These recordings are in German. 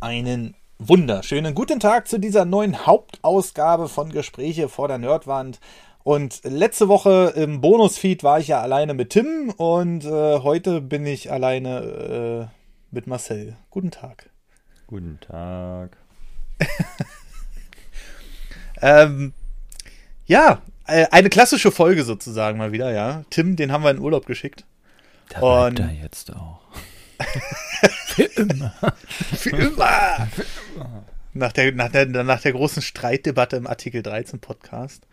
Einen wunderschönen guten Tag zu dieser neuen Hauptausgabe von Gespräche vor der Nerdwand. Und letzte Woche im Bonusfeed war ich ja alleine mit Tim und heute bin ich alleine mit Marcel. Guten Tag. Guten Tag. Ja, eine klassische Folge sozusagen mal wieder, ja. Tim, den haben wir in Urlaub geschickt. Da bleibt er jetzt auch. Für immer. Für immer. Nach der großen Streitdebatte im Artikel 13 Podcast.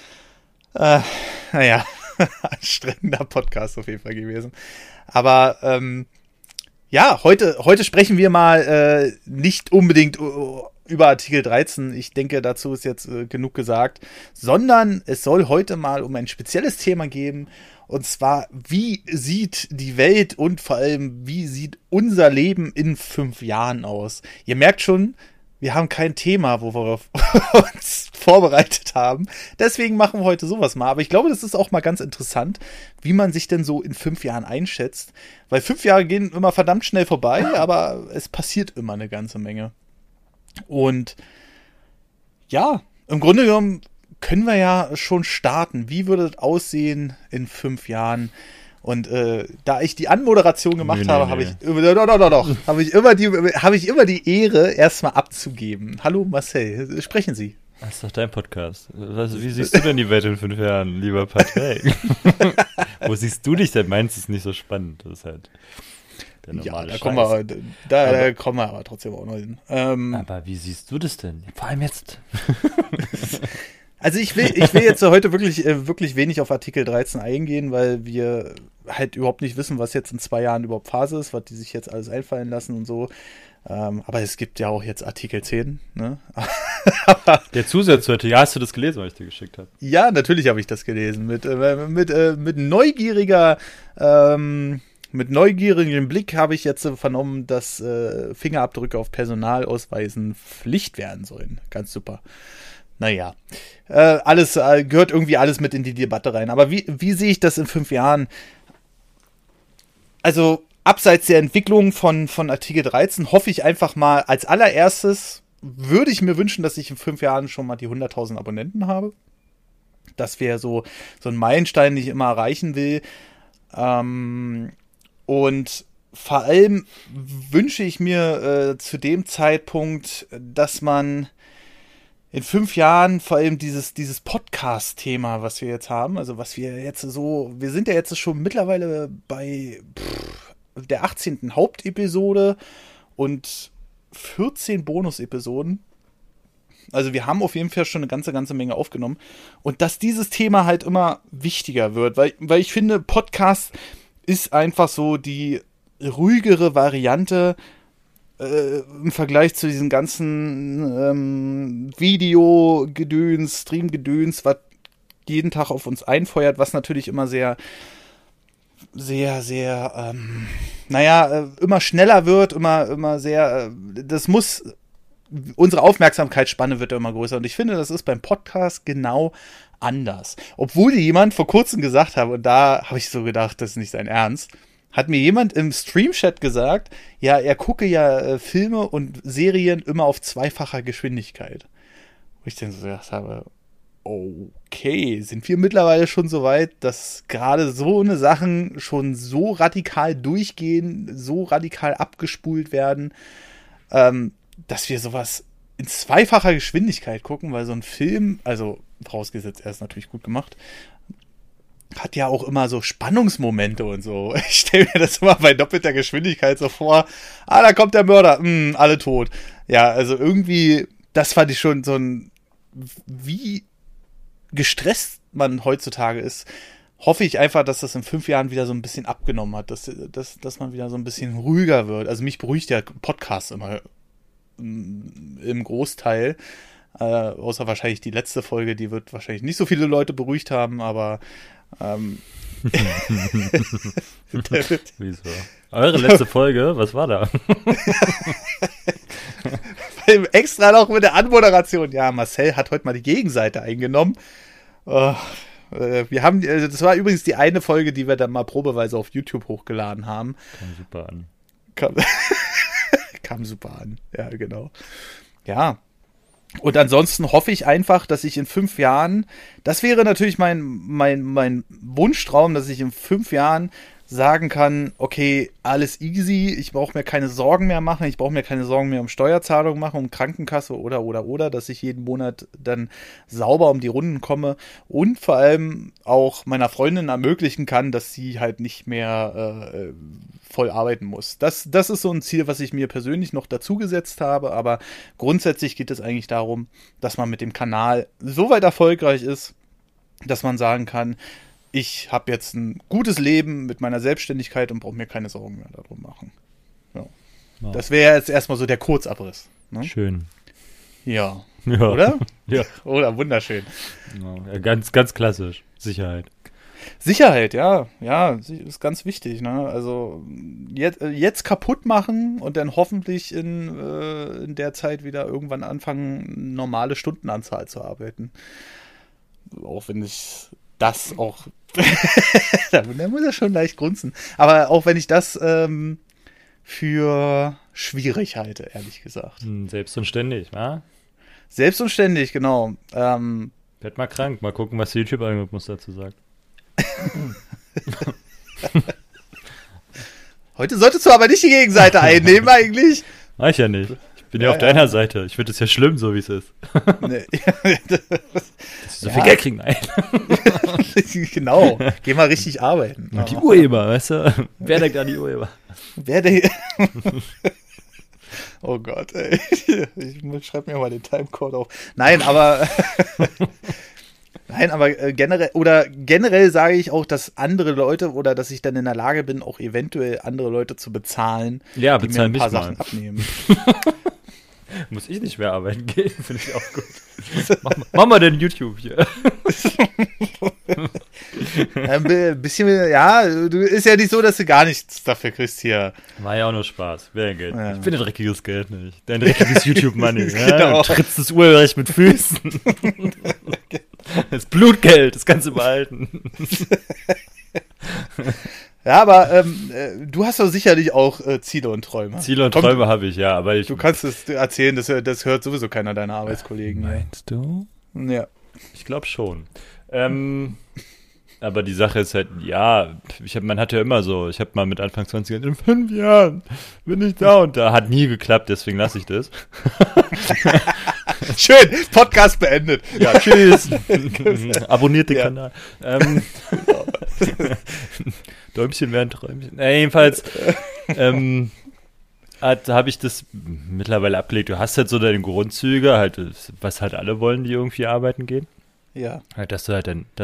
Naja, anstrengender Podcast auf jeden Fall gewesen. Aber ja, heute sprechen wir mal nicht unbedingt über Artikel 13. Ich denke, dazu ist jetzt genug gesagt. Sondern es soll heute mal um ein spezielles Thema gehen. Und zwar, wie sieht die Welt und vor allem, wie sieht unser Leben in 5 Jahren aus? Ihr merkt schon, wir haben kein Thema, wo wir uns vorbereitet haben. Deswegen machen wir heute sowas mal. Aber ich glaube, das ist auch mal ganz interessant, wie man sich denn so in 5 Jahren einschätzt. Weil 5 Jahre gehen immer verdammt schnell vorbei, aber es passiert immer eine ganze Menge. Und ja, im Grunde genommen können wir ja schon starten. Wie würde es aussehen in 5 Jahren? Und da ich die Anmoderation gemacht habe, habe ich immer die Ehre, erstmal abzugeben. Hallo Marcel, sprechen Sie. Das ist doch dein Podcast. Wie siehst du denn die Welt in 5 Jahren, lieber Patrick? Wo siehst du dich denn? Meinst du es nicht so spannend? Das ist halt der normale Scheiß. Da kommen wir aber trotzdem auch noch hin. Aber wie siehst du das denn? Vor allem jetzt. Also ich will jetzt heute wirklich wenig auf Artikel 13 eingehen, weil wir halt überhaupt nicht wissen, was jetzt in 2 Jahren überhaupt Phase ist, was die sich jetzt alles einfallen lassen und so. Aber es gibt ja auch jetzt Artikel 10, ne? Der Zusatz zu Artikel, hast du das gelesen, was ich dir geschickt habe? Ja, natürlich habe ich das gelesen. Mit neugierigem Blick habe ich jetzt vernommen, dass Fingerabdrücke auf Personalausweisen Pflicht werden sollen. Ganz super. Naja, alles gehört irgendwie alles mit in die Debatte rein. Aber wie sehe ich das in 5 Jahren? Also, abseits der Entwicklung von Artikel 13 hoffe ich einfach mal, als allererstes würde ich mir wünschen, dass ich in 5 Jahren schon mal die 100.000 Abonnenten habe. Das wäre so ein Meilenstein, den ich immer erreichen will. Und vor allem wünsche ich mir zu dem Zeitpunkt, dass man in 5 Jahren vor allem dieses Podcast-Thema, was wir jetzt haben, also was wir jetzt wir sind ja jetzt schon mittlerweile bei der 18. Hauptepisode und 14 Bonus-Episoden. Also wir haben auf jeden Fall schon eine ganze Menge aufgenommen. Und dass dieses Thema halt immer wichtiger wird, weil ich finde, Podcast ist einfach so die ruhigere Variante im Vergleich zu diesen ganzen Video-Gedöns, Stream-Gedöns, was jeden Tag auf uns einfeuert, was natürlich immer sehr, sehr, sehr, immer schneller wird, immer sehr, unsere Aufmerksamkeitsspanne wird ja immer größer. Und ich finde, das ist beim Podcast genau anders. Obwohl jemand vor kurzem gesagt hat, und da habe ich so gedacht, das ist nicht sein Ernst, hat mir jemand im Stream-Chat gesagt, ja, er gucke ja Filme und Serien immer auf 2-facher Geschwindigkeit. Wo ich dann so gedacht habe, okay, sind wir mittlerweile schon so weit, dass gerade so eine Sachen schon so radikal durchgehen, so radikal abgespult werden, dass wir sowas in 2-facher Geschwindigkeit gucken, weil so ein Film, also vorausgesetzt, er ist natürlich gut gemacht, hat ja auch immer so Spannungsmomente und so. Ich stelle mir das immer bei doppelter Geschwindigkeit so vor. Da kommt der Mörder. Alle tot. Ja, also irgendwie, das fand ich schon so wie gestresst man heutzutage ist. Hoffe ich einfach, dass das in 5 Jahren wieder so ein bisschen abgenommen hat. Dass man wieder so ein bisschen ruhiger wird. Also mich beruhigt ja Podcast immer im Großteil. Außer wahrscheinlich die letzte Folge, die wird wahrscheinlich nicht so viele Leute beruhigt haben, aber Wieso? Eure letzte Folge, was war da? Extra noch mit der Anmoderation. Ja, Marcel hat heute mal die Gegenseite eingenommen. Wir haben, das war übrigens die eine Folge, die wir dann mal probeweise auf YouTube hochgeladen haben. Kam super an. Kam super an. Ja, genau. Ja. Und ansonsten hoffe ich einfach, dass ich in 5 Jahren, das wäre natürlich mein Wunschtraum, dass ich in 5 Jahren sagen kann, okay, alles easy, ich brauche mir keine Sorgen mehr machen, ich brauche mir keine Sorgen mehr um Steuerzahlung machen, um Krankenkasse oder, dass ich jeden Monat dann sauber um die Runden komme und vor allem auch meiner Freundin ermöglichen kann, dass sie halt nicht mehr voll arbeiten muss. Das ist so ein Ziel, was ich mir persönlich noch dazu gesetzt habe, aber grundsätzlich geht es eigentlich darum, dass man mit dem Kanal so weit erfolgreich ist, dass man sagen kann, ich habe jetzt ein gutes Leben mit meiner Selbstständigkeit und brauche mir keine Sorgen mehr darum machen. Ja. Wow. Das wäre jetzt erstmal so der Kurzabriss. Ne? Schön. Ja. Ja. Oder? Ja. Oder wunderschön. Ja, ganz, ganz klassisch. Sicherheit. Sicherheit, ja. Ja, ist ganz wichtig. Ne? Also jetzt kaputt machen und dann hoffentlich in der Zeit wieder irgendwann anfangen, normale Stundenanzahl zu arbeiten. Auch wenn ich das auch da muss er schon leicht grunzen. Aber auch wenn ich das für schwierig halte, ehrlich gesagt. Selbst und ständig, wa? Selbst und ständig, genau. Werd mal krank, mal gucken, was der YouTube-Algorithmus dazu sagt. Heute solltest du aber nicht die Gegenseite einnehmen, eigentlich. Mach ich ja nicht. Ich bin ja auf deiner Seite. Ich finde es ja schlimm, so wie es ist. Nee. Dass sie so viel Geld kriegen. Nein. Genau. Geh mal richtig arbeiten. Und die Urheber, weißt du? Wer denkt an die Urheber? Oh Gott, ey. Ich schreibe mir mal den Timecode auf. Nein, aber generell sage ich auch, dass andere Leute oder dass ich dann in der Lage bin, auch eventuell andere Leute zu bezahlen, ja, die mir ein paar Sachen abnehmen. Muss ich nicht mehr arbeiten gehen, finde ich auch gut. Mach mal den YouTube hier. Ein bisschen, ja, du ist ja nicht so, dass du gar nichts dafür kriegst hier. War ja auch nur Spaß. Wer Geld. Ja. Ich finde dreckiges Geld nicht. Dein dreckiges YouTube-Money. Genau. Ja, du trittst das Urheberrecht mit Füßen. Das Blutgeld, das kannst du behalten. Ja, aber du hast doch sicherlich auch Ziele und Träume. Ziele und Träume habe ich, ja, aber du kannst es erzählen, das hört sowieso keiner deiner Arbeitskollegen. Meinst du? Ja. Ich glaube schon. Aber die Sache ist halt, ja, man hat ja immer so, ich habe mal mit Anfang 20 in 5 Jahren bin ich da und da. Hat nie geklappt, deswegen lasse ich das. Schön, Podcast beendet. Ja, tschüss. Abonniert den Kanal. Däumchen wären Träumchen. Jedenfalls habe ich das mittlerweile abgelegt. Du hast halt so deine Grundzüge, halt, was halt alle wollen, die irgendwie arbeiten gehen. Ja. Halt, dass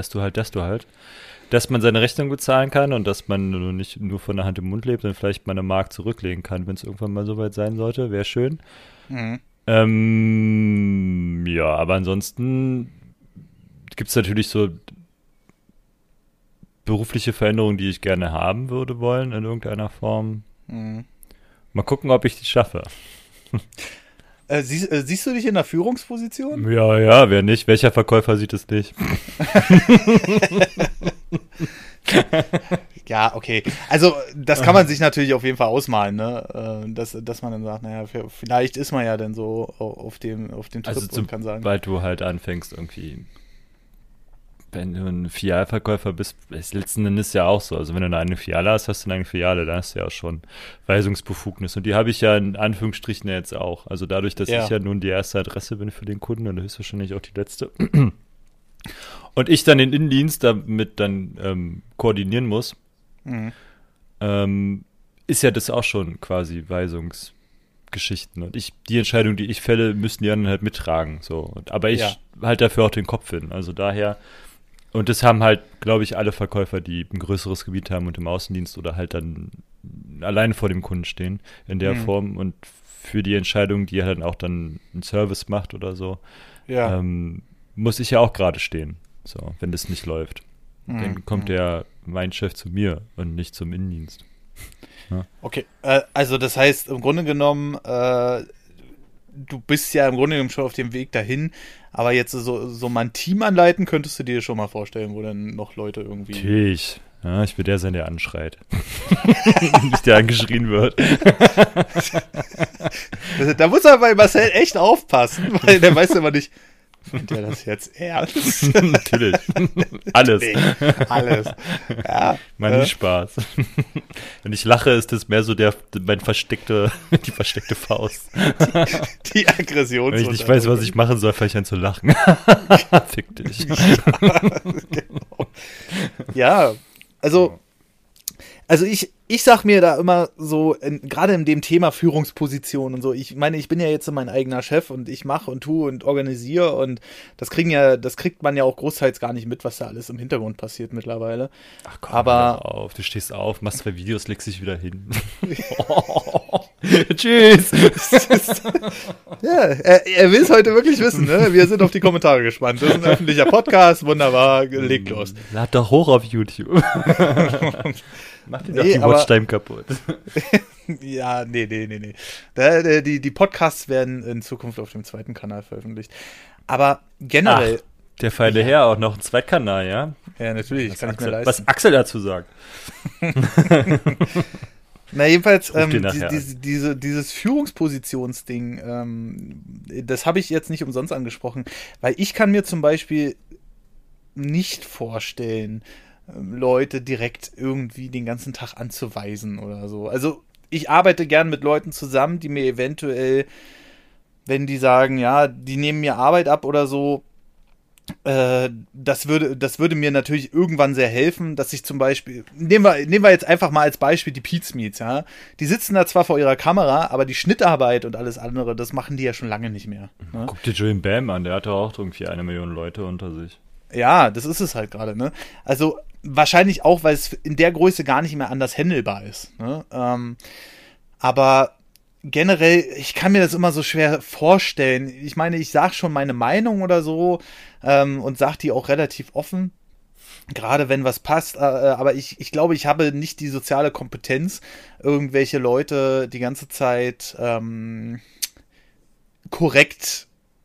man seine Rechnung bezahlen kann und dass man nicht nur von der Hand im Mund lebt, sondern vielleicht mal eine Mark zurücklegen kann, wenn es irgendwann mal soweit sein sollte. Wäre schön. Mhm. Ja, aber ansonsten gibt es natürlich so berufliche Veränderungen, die ich gerne haben würde wollen in irgendeiner Form. Mhm. Mal gucken, ob ich die schaffe. Siehst du dich in der Führungsposition? Ja, wer nicht? Welcher Verkäufer sieht es nicht? Ja, okay. Also, das kann man sich natürlich auf jeden Fall ausmalen, ne? Dass man dann sagt, naja, vielleicht ist man ja dann so auf dem Trip also und kann sagen. Sobald du halt anfängst, irgendwie, wenn du ein Filialverkäufer bist, ist letzten Endes ja auch so. Also wenn du eine Filiale hast, hast du eine Filiale, dann hast du ja auch schon Weisungsbefugnis. Und die habe ich ja in Anführungsstrichen jetzt auch. Also dadurch, dass ich ja nun die erste Adresse bin für den Kunden und höchstwahrscheinlich auch die letzte. Und ich dann den Innendienst damit dann koordinieren muss, ist ja das auch schon quasi Weisungsgeschichten. Und die Entscheidung, die ich fälle, müssen die anderen halt mittragen. So. Aber ich halt dafür auch den Kopf hin. Also daher. Und das haben halt, glaube ich, alle Verkäufer, die ein größeres Gebiet haben und im Außendienst oder halt dann alleine vor dem Kunden stehen in der Form und für die Entscheidung, die halt dann auch dann einen Service macht oder so, muss ich ja auch gerade stehen, so, wenn das nicht läuft. Dann kommt mein Chef zu mir und nicht zum Innendienst. Ja. Okay, also das heißt, im Grunde genommen, du bist ja im Grunde genommen schon auf dem Weg dahin, aber jetzt so mal ein Team anleiten, könntest du dir schon mal vorstellen, wo dann noch Leute irgendwie... Natürlich. Ja, ich will der sein, der anschreit. Nicht der angeschrien wird. Da muss er bei Marcel echt aufpassen, weil der weiß immer nicht, meint er das jetzt ernst? Natürlich. Alles. Nee, alles. Ja, Mein Spaß. Wenn ich lache, ist das mehr so die versteckte Faust. Die Aggression. Wenn ich nicht weiß, was ich machen soll, fange ich an zu lachen. Fick dich. Ja, genau. Ja, also ich sag mir da immer so, gerade in dem Thema Führungsposition und so, ich meine, ich bin ja jetzt mein eigener Chef und ich mache und tue und organisiere und das kriegt man ja auch großteils gar nicht mit, was da alles im Hintergrund passiert mittlerweile. Ach komm, aber hör auf. Du stehst auf, machst 2 Videos, legst dich wieder hin. Tschüss. ja, er will es heute wirklich wissen, ne? Wir sind auf die Kommentare gespannt. Das ist ein öffentlicher Podcast, wunderbar, legt los. Lad doch hoch auf YouTube. Mach dir doch die Watchtime kaputt. Ja, nee. Die Podcasts werden in Zukunft auf dem zweiten Kanal veröffentlicht. Aber generell. Ach, der feine Herr, auch noch ein Zweitkanal, ja? Ja, natürlich, kann ich mir leisten. Was Axel dazu sagt. Na, jedenfalls, dieses Führungspositionsding, das habe ich jetzt nicht umsonst angesprochen, weil ich kann mir zum Beispiel nicht vorstellen, Leute direkt irgendwie den ganzen Tag anzuweisen oder so. Also ich arbeite gern mit Leuten zusammen, die mir eventuell, wenn die sagen, ja, die nehmen mir Arbeit ab oder so, das würde mir natürlich irgendwann sehr helfen, dass ich zum Beispiel, nehmen wir jetzt einfach mal als Beispiel die Pizmeets, ja. Die sitzen da zwar vor ihrer Kamera, aber die Schnittarbeit und alles andere, das machen die ja schon lange nicht mehr. Ne? Guck dir Julian Bam an, der hatte auch irgendwie 1 Million Leute unter sich. Ja, das ist es halt gerade, ne? Also wahrscheinlich auch, weil es in der Größe gar nicht mehr anders handelbar ist, ne? Aber generell, ich kann mir das immer so schwer vorstellen. Ich meine, ich sage schon meine Meinung oder so und sage die auch relativ offen, gerade wenn was passt. Aber ich glaube, ich habe nicht die soziale Kompetenz, irgendwelche Leute die ganze Zeit korrekt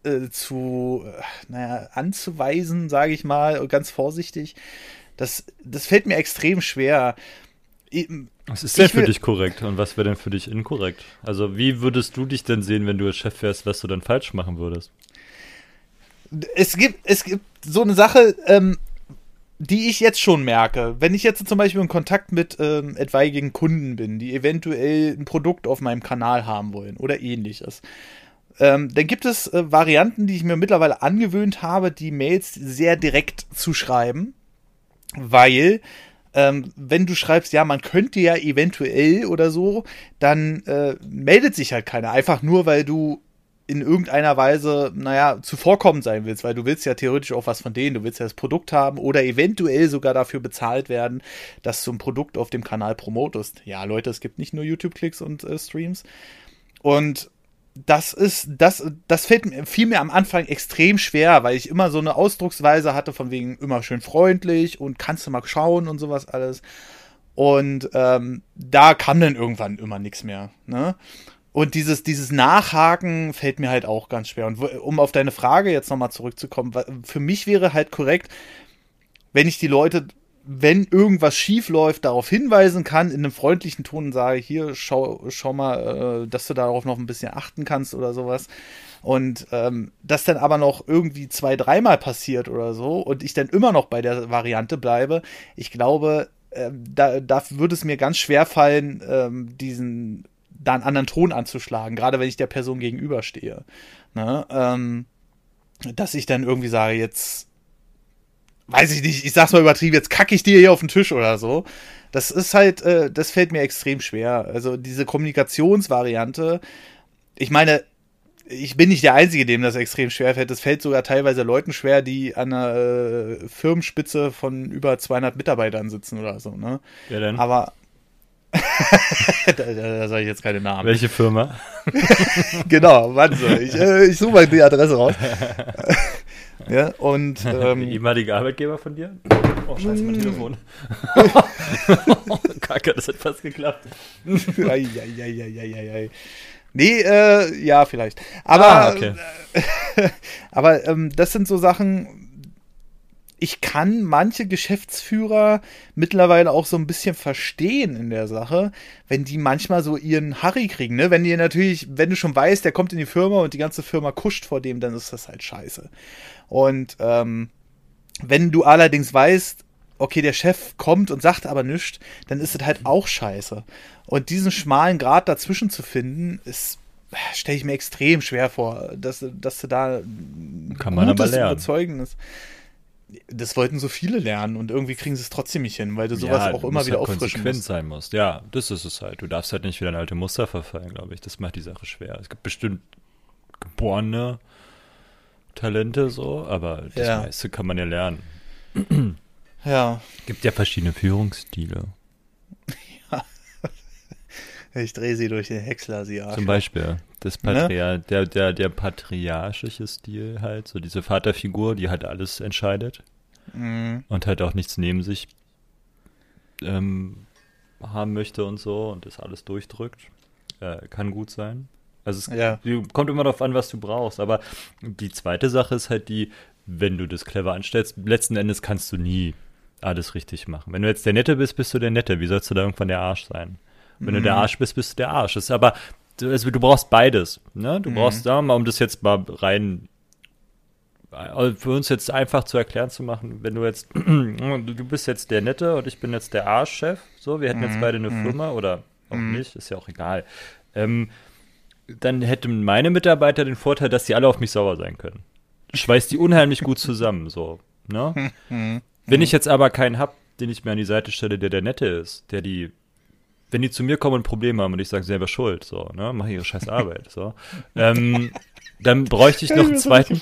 anzuweisen, sage ich mal, ganz vorsichtig. Das fällt mir extrem schwer. Was ist denn für dich korrekt und was wäre denn für dich inkorrekt? Also wie würdest du dich denn sehen, wenn du als Chef wärst, was du dann falsch machen würdest? Es gibt so eine Sache, die ich jetzt schon merke. Wenn ich jetzt zum Beispiel in Kontakt mit etwaigen Kunden bin, die eventuell ein Produkt auf meinem Kanal haben wollen oder ähnliches, dann gibt es Varianten, die ich mir mittlerweile angewöhnt habe, die Mails sehr direkt zu schreiben, weil wenn du schreibst, ja, man könnte ja eventuell oder so, dann meldet sich halt keiner. Einfach nur, weil du in irgendeiner Weise, zuvorkommend sein willst, weil du willst ja theoretisch auch was von denen, du willst ja das Produkt haben oder eventuell sogar dafür bezahlt werden, dass du ein Produkt auf dem Kanal promotest. Ja, Leute, es gibt nicht nur YouTube-Klicks und Streams. Und das fiel mir am Anfang extrem schwer, weil ich immer so eine Ausdrucksweise hatte, von wegen immer schön freundlich und kannst du mal schauen und sowas alles. Und da kam dann irgendwann immer nichts mehr, ne? Und dieses Nachhaken fällt mir halt auch ganz schwer. Und um auf deine Frage jetzt nochmal zurückzukommen, für mich wäre halt korrekt, wenn ich die Leute, wenn irgendwas schief läuft, darauf hinweisen kann, in einem freundlichen Ton und sage, hier, schau mal, dass du darauf noch ein bisschen achten kannst oder sowas. Und das dann aber noch irgendwie 2-3 Mal passiert oder so und ich dann immer noch bei der Variante bleibe, ich glaube, da würde es mir ganz schwer fallen, da einen anderen Ton anzuschlagen, gerade wenn ich der Person gegenüberstehe. Ne? Dass ich dann irgendwie sage, jetzt weiß ich nicht, ich sag's mal übertrieben, jetzt kacke ich dir hier auf den Tisch oder so. Das ist halt, das fällt mir extrem schwer. Also diese Kommunikationsvariante, ich meine, ich bin nicht der Einzige, dem das extrem schwer fällt. Das fällt sogar teilweise Leuten schwer, die an einer Firmenspitze von über 200 Mitarbeitern sitzen oder so, ne? Wer denn? Aber da sage ich jetzt keine Namen. Welche Firma? Genau, warte so. Ich suche mal die Adresse raus. Ja, und ehemalige Arbeitgeber von dir? Oh, scheiße, mein Telefon. Kacke, das hat fast geklappt. Nee, ja, vielleicht. Aber, okay. aber das sind so Sachen, ich kann manche Geschäftsführer mittlerweile auch so ein bisschen verstehen in der Sache, wenn die manchmal so ihren Harry kriegen, ne? Wenn du schon weißt, der kommt in die Firma und die ganze Firma kuscht vor dem, dann ist das halt scheiße. Und wenn du allerdings weißt, okay, der Chef kommt und sagt aber nichts, dann ist es halt auch scheiße. Und diesen schmalen Grat dazwischen zu finden, stelle ich mir extrem schwer vor, dass du da kann man aber lernen. Überzeugendes. Das wollten so viele lernen und irgendwie kriegen sie es trotzdem nicht hin, weil du sowas auch immer wieder auffrischen musst. Sein musst. Ja, das ist es halt. Du darfst halt nicht wieder in alte Muster verfallen, glaube ich. Das macht die Sache schwer. Es gibt bestimmt geborene Talente so, aber das meiste kann man ja lernen. Ja. Gibt ja verschiedene Führungsstile. Ja. Ich drehe sie durch den Häcksler, sie Arsch. Zum Beispiel das der patriarchische Stil halt, so diese Vaterfigur, die halt alles entscheidet und halt auch nichts neben sich haben möchte und so und das alles durchdrückt. Kann gut sein. Also es kommt immer darauf an, was du brauchst, aber die zweite Sache ist halt wenn du das clever anstellst, letzten Endes kannst du nie alles richtig machen. Wenn du jetzt der Nette bist, bist du der Nette. Wie sollst du da irgendwann der Arsch sein? Wenn du der Arsch bist, bist du der Arsch. Das ist aber, also du brauchst beides. Ne? Du brauchst, um das jetzt mal rein für uns jetzt einfach zu erklären zu machen, wenn du jetzt, du bist jetzt der Nette und ich bin jetzt der Arschchef, so, wir hätten jetzt beide eine Firma oder auch nicht, ist ja auch egal. Dann hätten meine Mitarbeiter den Vorteil, dass die alle auf mich sauer sein können. Schweißt die unheimlich gut zusammen, so, ne? Wenn ich jetzt aber keinen hab, den ich mir an die Seite stelle, der Nette ist, wenn die zu mir kommen und ein Problem haben und ich sage, selber schuld, so, ne, mach ihre scheiß Arbeit, so, dann bräuchte ich noch einen zweiten,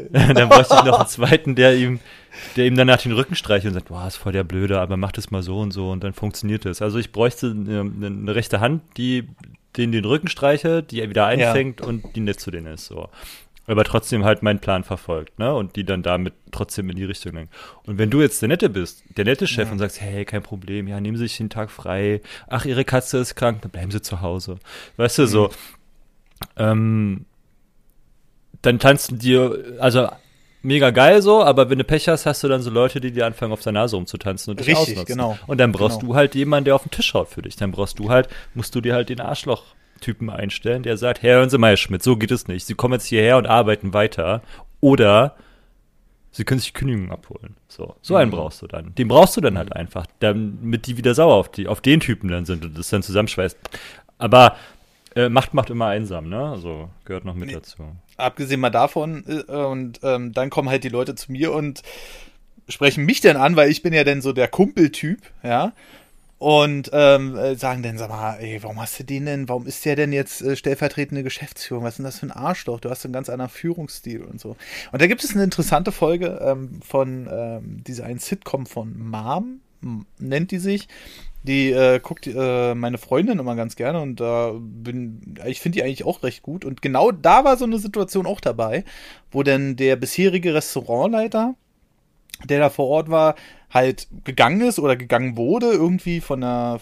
der ihm dann nach den Rücken streichelt und sagt, boah, ist voll der Blöde, aber mach das mal so und so und dann funktioniert das. Also ich bräuchte eine rechte Hand, die den Rücken streichelt, die er wieder einfängt und die nett zu denen ist, so. Aber trotzdem halt meinen Plan verfolgt, ne? Und die dann damit trotzdem in die Richtung lenkt. Und wenn du jetzt der Nette bist, der nette Chef und sagst, hey, kein Problem, ja, nehmen Sie sich den Tag frei. Ach, Ihre Katze ist krank, dann bleiben Sie zu Hause. Weißt du, so. Dann tanzen dir, also mega geil so, aber wenn du Pech hast, hast du dann so Leute, die dir anfangen, auf der Nase rumzutanzen und dich ausnutzen. Genau. Und dann brauchst du halt jemanden, der auf den Tisch haut für dich. Dann musst du dir halt den Arschloch-Typen einstellen, der sagt, hey, hören Sie mal, Herr Schmidt, so geht es nicht. Sie kommen jetzt hierher und arbeiten weiter. Oder Sie können sich Kündigung abholen. So einen brauchst du dann. Den brauchst du dann halt einfach, damit die wieder sauer auf den Typen dann sind und das dann zusammenschweißt. Aber Macht immer einsam, ne? Also gehört noch mit dazu. Abgesehen mal davon, und dann kommen halt die Leute zu mir und sprechen mich dann an, weil ich bin ja dann so der Kumpeltyp, ja. Und sagen dann, sag mal, ey, warum ist der denn jetzt stellvertretende Geschäftsführung? Was ist denn das für ein Arschloch? Du hast einen ganz anderen Führungsstil und so. Und da gibt es eine interessante Folge von dieser einen Sitcom von Mom, nennt die sich. Die guckt meine Freundin immer ganz gerne und ich finde die eigentlich auch recht gut. Und genau da war so eine Situation auch dabei, wo dann der bisherige Restaurantleiter, der da vor Ort war, halt gegangen ist oder gegangen wurde, irgendwie von einer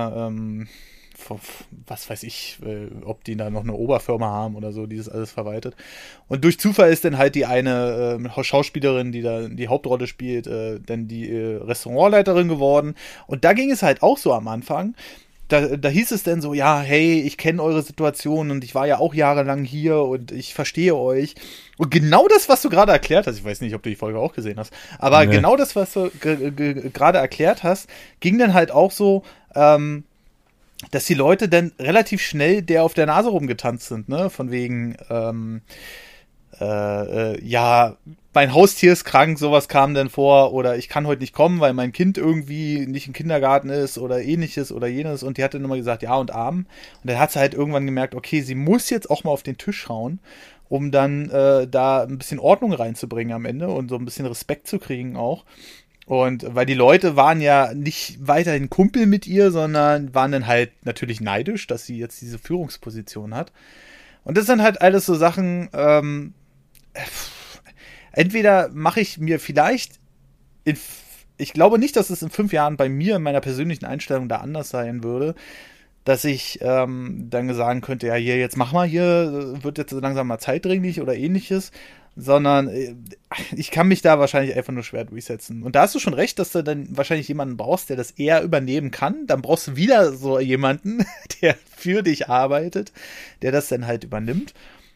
was weiß ich, ob die da noch eine Oberfirma haben oder so, die das alles verwaltet. Und durch Zufall ist dann halt die eine Schauspielerin, die da die Hauptrolle spielt, dann die Restaurantleiterin geworden. Und da ging es halt auch so am Anfang. Da hieß es dann so, ja, hey, ich kenne eure Situation und ich war ja auch jahrelang hier und ich verstehe euch. Und genau das, was du gerade erklärt hast, ich weiß nicht, ob du die Folge auch gesehen hast, aber genau das, was du gerade erklärt hast, ging dann halt auch so, dass die Leute dann relativ schnell der auf der Nase rumgetanzt sind, ne, von wegen, ja, mein Haustier ist krank, sowas kam dann vor, oder ich kann heute nicht kommen, weil mein Kind irgendwie nicht im Kindergarten ist oder ähnliches oder jenes, und die hat dann immer gesagt, ja und Arm, und dann hat sie halt irgendwann gemerkt, okay, sie muss jetzt auch mal auf den Tisch schauen, um dann da ein bisschen Ordnung reinzubringen am Ende und so ein bisschen Respekt zu kriegen auch. Und weil die Leute waren ja nicht weiterhin Kumpel mit ihr, sondern waren dann halt natürlich neidisch, dass sie jetzt diese Führungsposition hat. Und das sind halt alles so Sachen, entweder mache ich mir vielleicht, ich glaube nicht, dass es in 5 Jahren bei mir in meiner persönlichen Einstellung da anders sein würde, dass ich dann sagen könnte, ja, hier, jetzt mach mal, hier wird jetzt so langsam mal zeitdringlich oder ähnliches. sondern ich kann mich da wahrscheinlich einfach nur schwer durchsetzen. Und da hast du schon recht, dass du dann wahrscheinlich jemanden brauchst, der das eher übernehmen kann. Dann brauchst du wieder so jemanden, der für dich arbeitet, der das dann halt übernimmt.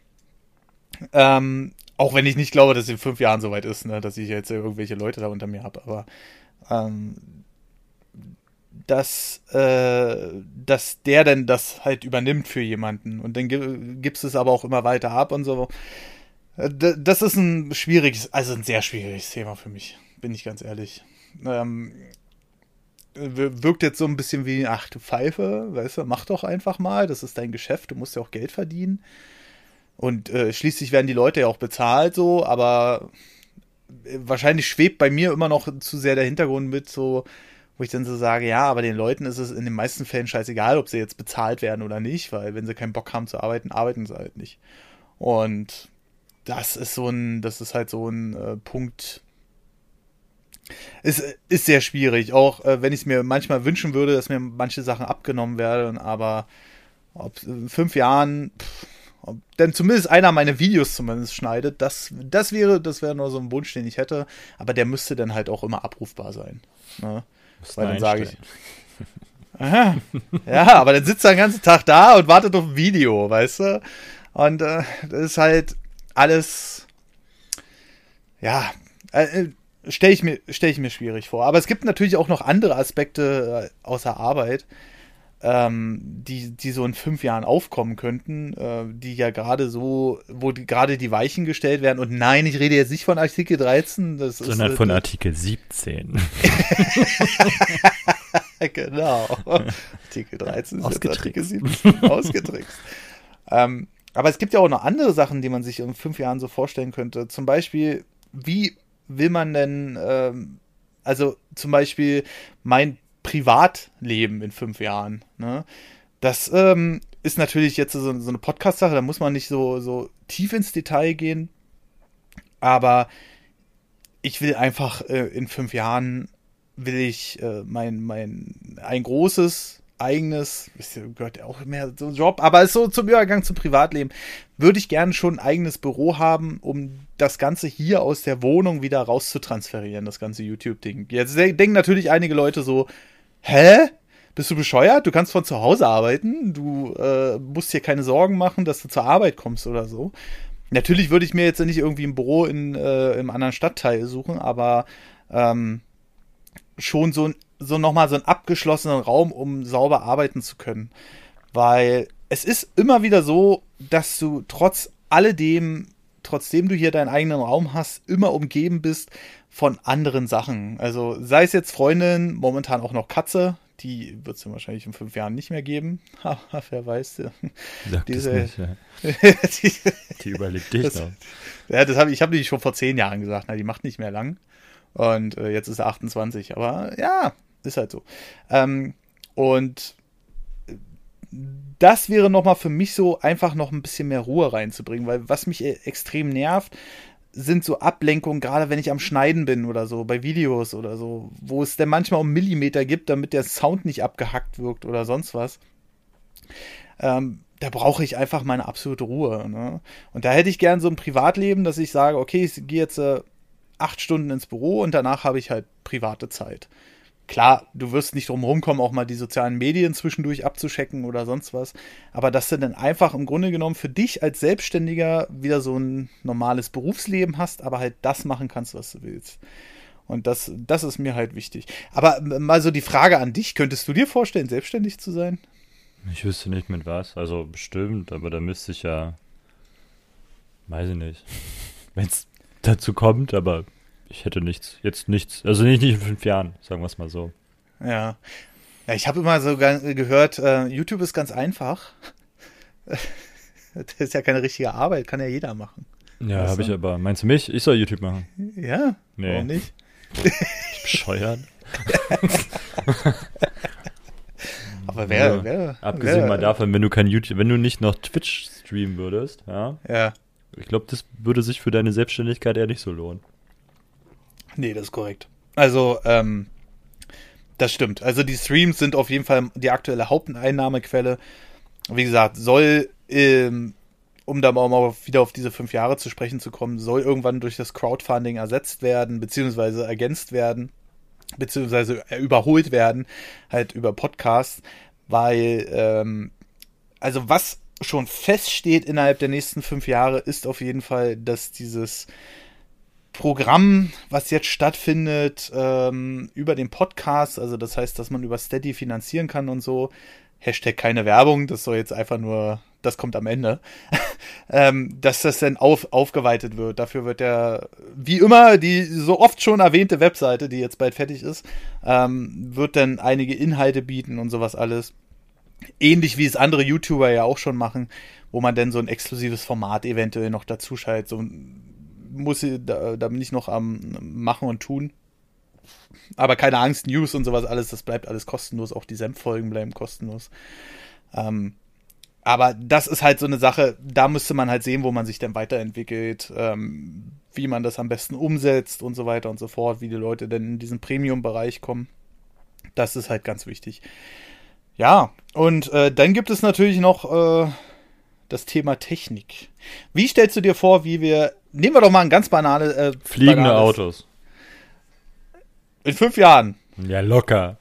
Auch wenn ich nicht glaube, dass es in 5 Jahren soweit ist, ne, dass ich jetzt irgendwelche Leute da unter mir habe, aber dass der denn das halt übernimmt für jemanden und dann gibst es aber auch immer weiter ab und so. Das ist ein sehr schwieriges Thema für mich, bin ich ganz ehrlich. Wirkt jetzt so ein bisschen wie, ach du Pfeife, weißt du, mach doch einfach mal, das ist dein Geschäft, du musst ja auch Geld verdienen. Und schließlich werden die Leute ja auch bezahlt so, aber wahrscheinlich schwebt bei mir immer noch zu sehr der Hintergrund mit, so, wo ich dann so sage, ja, aber den Leuten ist es in den meisten Fällen scheißegal, ob sie jetzt bezahlt werden oder nicht, weil wenn sie keinen Bock haben zu arbeiten, arbeiten sie halt nicht. Und das ist halt so ein Punkt. Es ist sehr schwierig, auch wenn ich es mir manchmal wünschen würde, dass mir manche Sachen abgenommen werden, aber ob in 5 Jahren, denn zumindest einer meiner Videos zumindest schneidet, das wäre nur so ein Wunsch, den ich hätte, aber der müsste dann halt auch immer abrufbar sein. Ne? Weil dann sage ich, aha, ja, aber dann sitzt er den ganzen Tag da und wartet auf ein Video, weißt du? Und das ist halt alles, ja, stelle ich mir schwierig vor. Aber es gibt natürlich auch noch andere Aspekte außer Arbeit, die so in 5 Jahren aufkommen könnten, die ja gerade so, wo gerade die Weichen gestellt werden. Und nein, ich rede jetzt nicht von Artikel 13, sondern von Artikel 17. Genau. Artikel 13 ist jetzt Artikel 17. Ausgetrickst. Aber es gibt ja auch noch andere Sachen, die man sich in 5 Jahren so vorstellen könnte. Zum Beispiel, wie will man denn, also zum Beispiel mein Privatleben in 5 Jahren, ne? Das ist natürlich jetzt so eine Podcast-Sache, da muss man nicht so tief ins Detail gehen, aber ich will einfach in 5 Jahren will ich ein großes eigenes, gehört ja auch mehr so Job, aber ist so zum Übergang zum Privatleben, würde ich gerne schon ein eigenes Büro haben, um das Ganze hier aus der Wohnung wieder rauszutransferieren, das ganze YouTube-Ding. Jetzt denken natürlich einige Leute so, hä? Bist du bescheuert? Du kannst von zu Hause arbeiten, du musst dir keine Sorgen machen, dass du zur Arbeit kommst oder so. Natürlich würde ich mir jetzt nicht irgendwie ein Büro im anderen Stadtteil suchen, aber schon so nochmal so einen abgeschlossenen Raum, um sauber arbeiten zu können. Weil es ist immer wieder so, dass du trotzdem du hier deinen eigenen Raum hast, immer umgeben bist von anderen Sachen. Also sei es jetzt Freundin, momentan auch noch Katze, die wird es ja wahrscheinlich in 5 Jahren nicht mehr geben. Wer weiß. Sag das nicht, ja. Die überlebt dich noch. Ja, ich habe die schon vor 10 Jahren gesagt, na, die macht nicht mehr lang. Und jetzt ist er 28, aber ja, ist halt so. Und das wäre nochmal für mich so, einfach noch ein bisschen mehr Ruhe reinzubringen, weil was mich extrem nervt, sind so Ablenkungen, gerade wenn ich am Schneiden bin oder so, bei Videos oder so, wo es dann manchmal um Millimeter gibt, damit der Sound nicht abgehackt wirkt oder sonst was. Da brauche ich einfach meine absolute Ruhe. Ne? Und da hätte ich gern so ein Privatleben, dass ich sage, okay, ich gehe jetzt 8 Stunden ins Büro und danach habe ich halt private Zeit. Klar, du wirst nicht drum rumkommen, auch mal die sozialen Medien zwischendurch abzuchecken oder sonst was. Aber dass du dann einfach im Grunde genommen für dich als Selbstständiger wieder so ein normales Berufsleben hast, aber halt das machen kannst, was du willst. Und das ist mir halt wichtig. Aber mal so die Frage an dich, könntest du dir vorstellen, selbstständig zu sein? Ich wüsste nicht mit was. Also bestimmt, aber da müsste ich ja, weiß ich nicht, wenn es dazu kommt, aber ich hätte nichts, also nicht in 5 Jahren, sagen wir es mal so. Ja, ich habe immer so gehört, YouTube ist ganz einfach. Das ist ja keine richtige Arbeit, kann ja jeder machen. Ja, habe ich aber. Meinst du mich? Ich soll YouTube machen? Ja, nee. Warum nicht? Ich bescheuert. Aber wer abgesehen mal davon, wenn du nicht noch Twitch streamen würdest, ja. Ich glaube, das würde sich für deine Selbstständigkeit eher nicht so lohnen. Nee, das ist korrekt. Also, das stimmt. Also die Streams sind auf jeden Fall die aktuelle Haupteinnahmequelle. Wie gesagt, soll um da mal wieder auf diese 5 Jahre zu sprechen zu kommen, soll irgendwann durch das Crowdfunding ersetzt werden, beziehungsweise ergänzt werden, beziehungsweise überholt werden, halt über Podcasts, weil, also was schon feststeht innerhalb der nächsten 5 Jahre, ist auf jeden Fall, dass dieses Programm, was jetzt stattfindet, über den Podcast, also das heißt, dass man über Steady finanzieren kann und so, Hashtag keine Werbung, das soll jetzt einfach nur, das kommt am Ende, dass das dann aufgeweitet wird. Dafür wird ja, wie immer, die so oft schon erwähnte Webseite, die jetzt bald fertig ist, wird dann einige Inhalte bieten und sowas alles. Ähnlich wie es andere YouTuber ja auch schon machen, wo man dann so ein exklusives Format eventuell noch dazu schaltet. So da bin ich noch am Machen und Tun. Aber keine Angst, News und sowas alles, das bleibt alles kostenlos. Auch die Senf-Folgen bleiben kostenlos. Aber das ist halt so eine Sache, da müsste man halt sehen, wo man sich dann weiterentwickelt, wie man das am besten umsetzt und so weiter und so fort, wie die Leute denn in diesen Premium-Bereich kommen. Das ist halt ganz wichtig. Ja, und dann gibt es natürlich noch das Thema Technik. Wie stellst du dir vor, nehmen wir doch mal ein ganz banales... Fliegende Autos. In 5 Jahren. Ja, locker.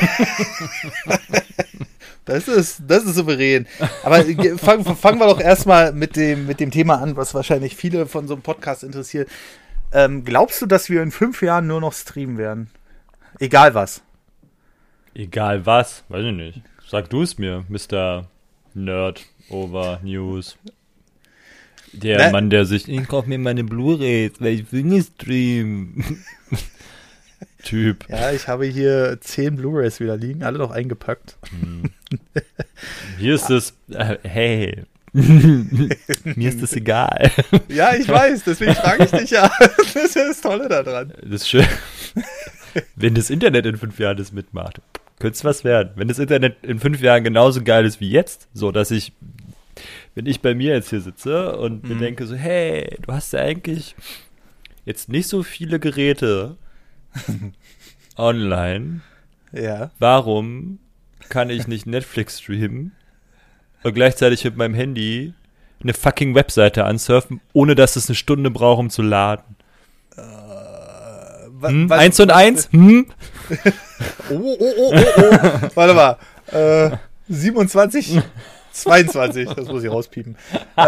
Das ist souverän. Aber fangen wir doch erstmal mit dem Thema an, was wahrscheinlich viele von so einem Podcast interessiert. Glaubst du, dass wir in 5 Jahren nur noch streamen werden? Egal was. Egal was? Weiß ich nicht. Sag du es mir, Mr. Nerd over News. Der Mann, der sich, ich kauf mir meine Blu-rays, weil ich will nicht streamen. Typ. Ja, ich habe hier 10 Blu-rays wieder liegen, alle noch eingepackt. Hier ist es, hey, mir ist das egal. Ja, ich weiß, deswegen frage ich dich ja. Das ist ja das Tolle daran. Das ist schön. Wenn das Internet in 5 Jahren das mitmacht, könnte es was werden. Wenn das Internet in 5 Jahren genauso geil ist wie jetzt, so dass wenn ich bei mir jetzt hier sitze und mir denke so, hey, du hast ja eigentlich jetzt nicht so viele Geräte online. Ja. Warum kann ich nicht Netflix streamen und gleichzeitig mit meinem Handy eine fucking Webseite ansurfen, ohne dass es eine Stunde braucht, um zu laden? 1 und 1? Oh. Warte mal. 27, 22. Das muss ich rauspiepen.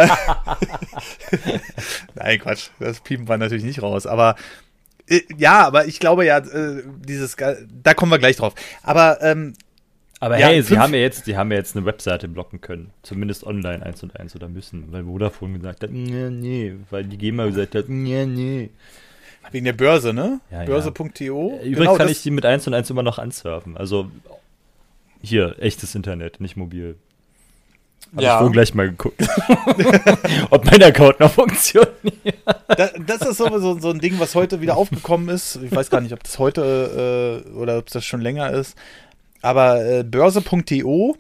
Nein, Quatsch. Das Piepen war natürlich nicht raus. Aber ja, aber ich glaube ja, da kommen wir gleich drauf. Aber hey, ja, sie haben ja jetzt eine Webseite blocken können. Zumindest online 1 und 1 oder müssen. Weil Vodafone gesagt hat, nee. Weil die GEMA gesagt hat, nee. Wegen der Börse, ne? Ja, Börse.to. Übrigens genau, kann ich die mit 1 und 1 immer noch ansurfen. Also hier, echtes Internet, nicht mobil. Hab ich vorhin gleich mal geguckt. Ob mein Account noch funktioniert. Das ist so ein Ding, was heute wieder aufgekommen ist. Ich weiß gar nicht, ob das heute oder ob das schon länger ist. Aber Börse.to,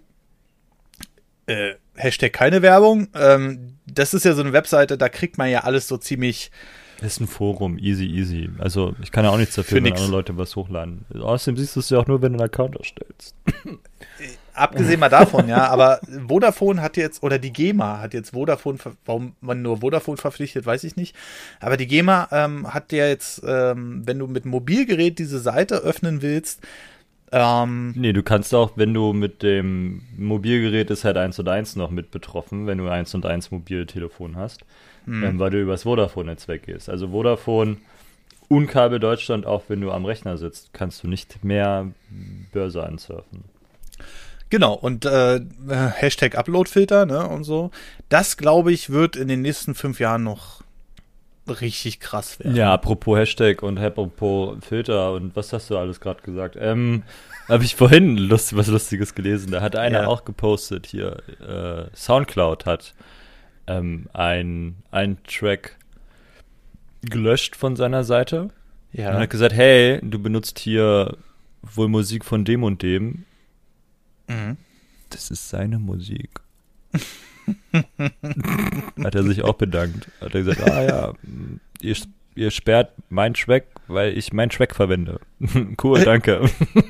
Hashtag keine Werbung, das ist ja so eine Webseite, da kriegt man ja alles so ziemlich... Das ist ein Forum, easy. Also ich kann ja auch nichts dafür, wenn andere Leute was hochladen. Außerdem siehst du es ja auch nur, wenn du einen Account erstellst. Abgesehen mal davon, ja, aber Vodafone hat jetzt, oder die GEMA hat jetzt Vodafone, warum man nur Vodafone verpflichtet, weiß ich nicht. Aber die GEMA hat ja jetzt, wenn du mit einem Mobilgerät diese Seite öffnen willst, nee, du kannst auch, wenn du mit dem Mobilgerät ist halt 1 und 1 noch mit betroffen, wenn du 1 und 1 Mobiltelefon hast, weil du übers Vodafone-Netzwerk gehst. Also Vodafone und Kabel Deutschland, auch wenn du am Rechner sitzt, kannst du nicht mehr Börse ansurfen. Genau, und Hashtag Uploadfilter, ne, und so. Das, glaube ich, wird in den nächsten 5 Jahren noch richtig krass werden. Ja, apropos Hashtag und apropos Filter und was hast du alles gerade gesagt? Habe ich vorhin was Lustiges gelesen. Da hat einer auch gepostet hier, Soundcloud hat einen Track gelöscht von seiner Seite. Ja. Und hat gesagt, hey, du benutzt hier wohl Musik von dem und dem. Mhm. Das ist seine Musik. Hat er sich auch bedankt. Hat er gesagt, ja, ihr ihr sperrt meinen Track, weil ich meinen Track verwende. Cool, danke.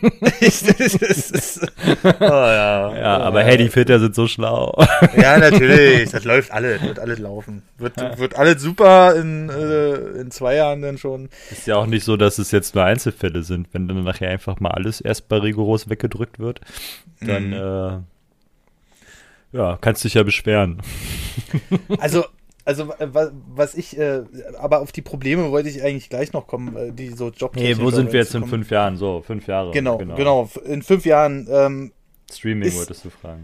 Ja, aber hey, die Filter sind so schlau. Ja, natürlich. Das läuft alles. Wird alles laufen. Wird alles super in 2 Jahren dann schon. Ist ja auch nicht so, dass es jetzt nur Einzelfälle sind. Wenn dann nachher einfach mal alles erstmal rigoros weggedrückt wird, dann kannst du dich ja beschweren. Also was ich, aber auf die Probleme wollte ich eigentlich gleich noch kommen, die so Jobtechnik. Nee, wo sind wir jetzt in 5 Jahren? So, 5 Jahre. Genau. In 5 Jahren. Streaming wolltest du fragen.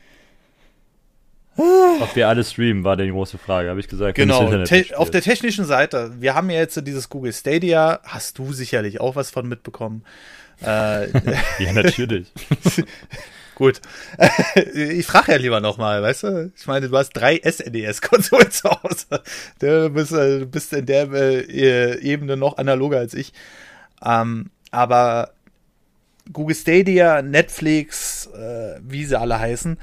Ob wir alle streamen, war die große Frage. Habe ich gesagt, genau. Auf der technischen Seite. Wir haben ja jetzt dieses Google Stadia. Hast du sicherlich auch was von mitbekommen? Ja, natürlich. Gut. Ich frage ja lieber nochmal, weißt du? Ich meine, du hast 3 SNES-Konsolen zu Hause. Du bist in der Ebene noch analoger als ich. Aber Google Stadia, Netflix, wie sie alle heißen.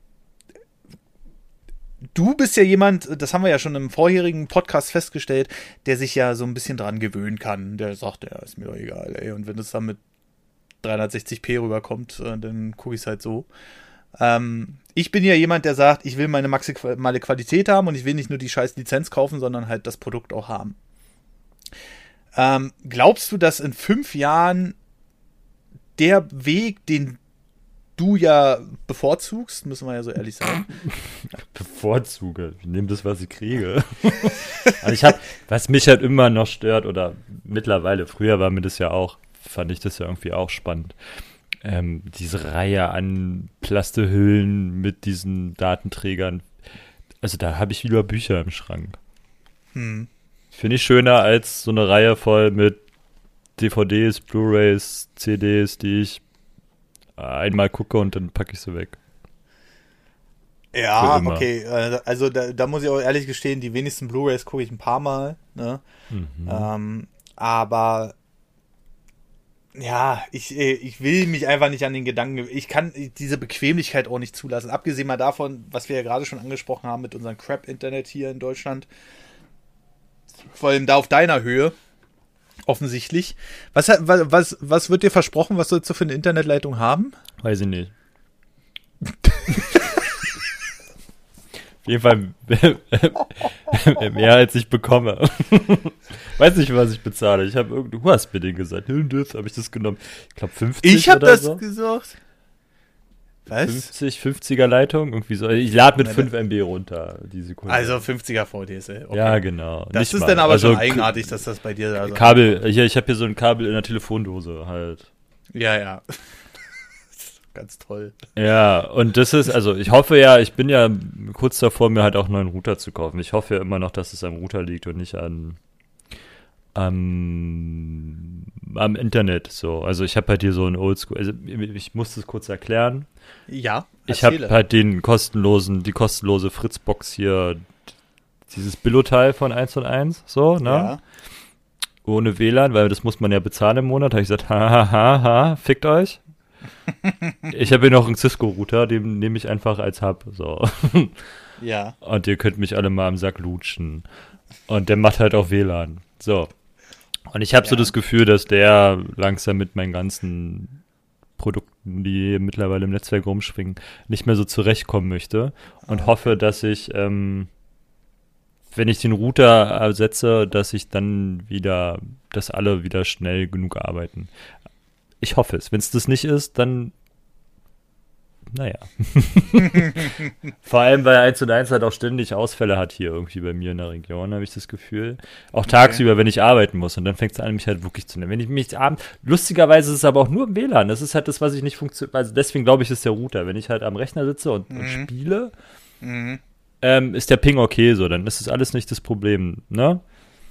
Du bist ja jemand, das haben wir ja schon im vorherigen Podcast festgestellt, der sich ja so ein bisschen dran gewöhnen kann. Der sagt, ja, ist mir doch egal, ey. Und wenn es dann mit 360p rüberkommt, dann gucke ich es halt so. Ich bin ja jemand, der sagt, ich will meine maximale Qualität haben und ich will nicht nur die scheiß Lizenz kaufen, sondern halt das Produkt auch haben. Glaubst du, dass in 5 Jahren der Weg, den du ja bevorzugst, müssen wir ja so ehrlich sagen. Bevorzuge. Ich nehme das, was ich kriege. Also was mich halt immer noch stört, oder mittlerweile, früher war mir das ja auch, fand ich das ja irgendwie auch spannend. Diese Reihe an Plastehüllen mit diesen Datenträgern. Also da habe ich lieber Bücher im Schrank. Finde ich schöner als so eine Reihe voll mit DVDs, Blu-rays, CDs, die ich einmal gucke und dann packe ich sie weg. Ja, okay. Also da muss ich auch ehrlich gestehen, die wenigsten Blu-rays gucke ich ein paar Mal. Ne? Aber ja, ich will mich einfach nicht an den Gedanken, ich kann diese Bequemlichkeit auch nicht zulassen. Abgesehen mal davon, was wir ja gerade schon angesprochen haben mit unserem Crap-Internet hier in Deutschland. Vor allem da auf deiner Höhe. Offensichtlich. Was wird dir versprochen? Was sollst du für eine Internetleitung haben? Weiß ich nicht. Auf jeden Fall mehr als ich bekomme. Weiß nicht, was ich bezahle. Du hast mir den gesagt. Habe ich das genommen? Ich glaube 50 Ich habe oder das so. gesagt. Was? 50er Leitung, irgendwie so. Ich lade mit 5 MB runter die Sekunde. Also 50er VDSL. Okay. Ja, genau. Das ist dann aber schon eigenartig, dass das bei dir da so. Kabel, ich habe hier so ein Kabel in der Telefondose halt. Ja. Ganz toll. Ja, und das ist, also ich hoffe ja, ich bin ja kurz davor, mir halt auch einen neuen Router zu kaufen. Ich hoffe ja immer noch, dass es am Router liegt und nicht am Internet. So, also ich habe halt hier so ein Oldschool, also ich muss das kurz erklären. Ja, ich habe halt die kostenlose Fritzbox hier, dieses Billo-Teil von 1&1, so, ne? Ja. Ohne WLAN, weil das muss man ja bezahlen im Monat. Habe ich gesagt, ha, fickt euch. Ich habe hier noch einen Cisco-Router, den nehme ich einfach als Hub, so. Ja. Und ihr könnt mich alle mal am Sack lutschen. Und der macht halt auch WLAN. So. Und ich habe so das Gefühl, dass der langsam mit meinen ganzen Produkten, die mittlerweile im Netzwerk rumschwingen, nicht mehr so zurechtkommen möchte. Und hoffe, dass ich, wenn ich den Router ersetze, dass ich dann wieder, dass alle wieder schnell genug arbeiten. Ich hoffe es. Wenn es das nicht ist, dann naja. Vor allem, weil 1&1 halt auch ständig Ausfälle hat hier irgendwie bei mir in der Region, habe ich das Gefühl. Auch tagsüber, wenn ich arbeiten muss. Und dann fängt es an, mich halt wirklich zu nehmen. Wenn ich mich abends, lustigerweise ist es aber auch nur im WLAN. Das ist halt das, was ich nicht funktioniert. Also deswegen glaube ich, ist der Router. Wenn ich halt am Rechner sitze und spiele, ist der Ping okay so. Dann ist das alles nicht das Problem, ne?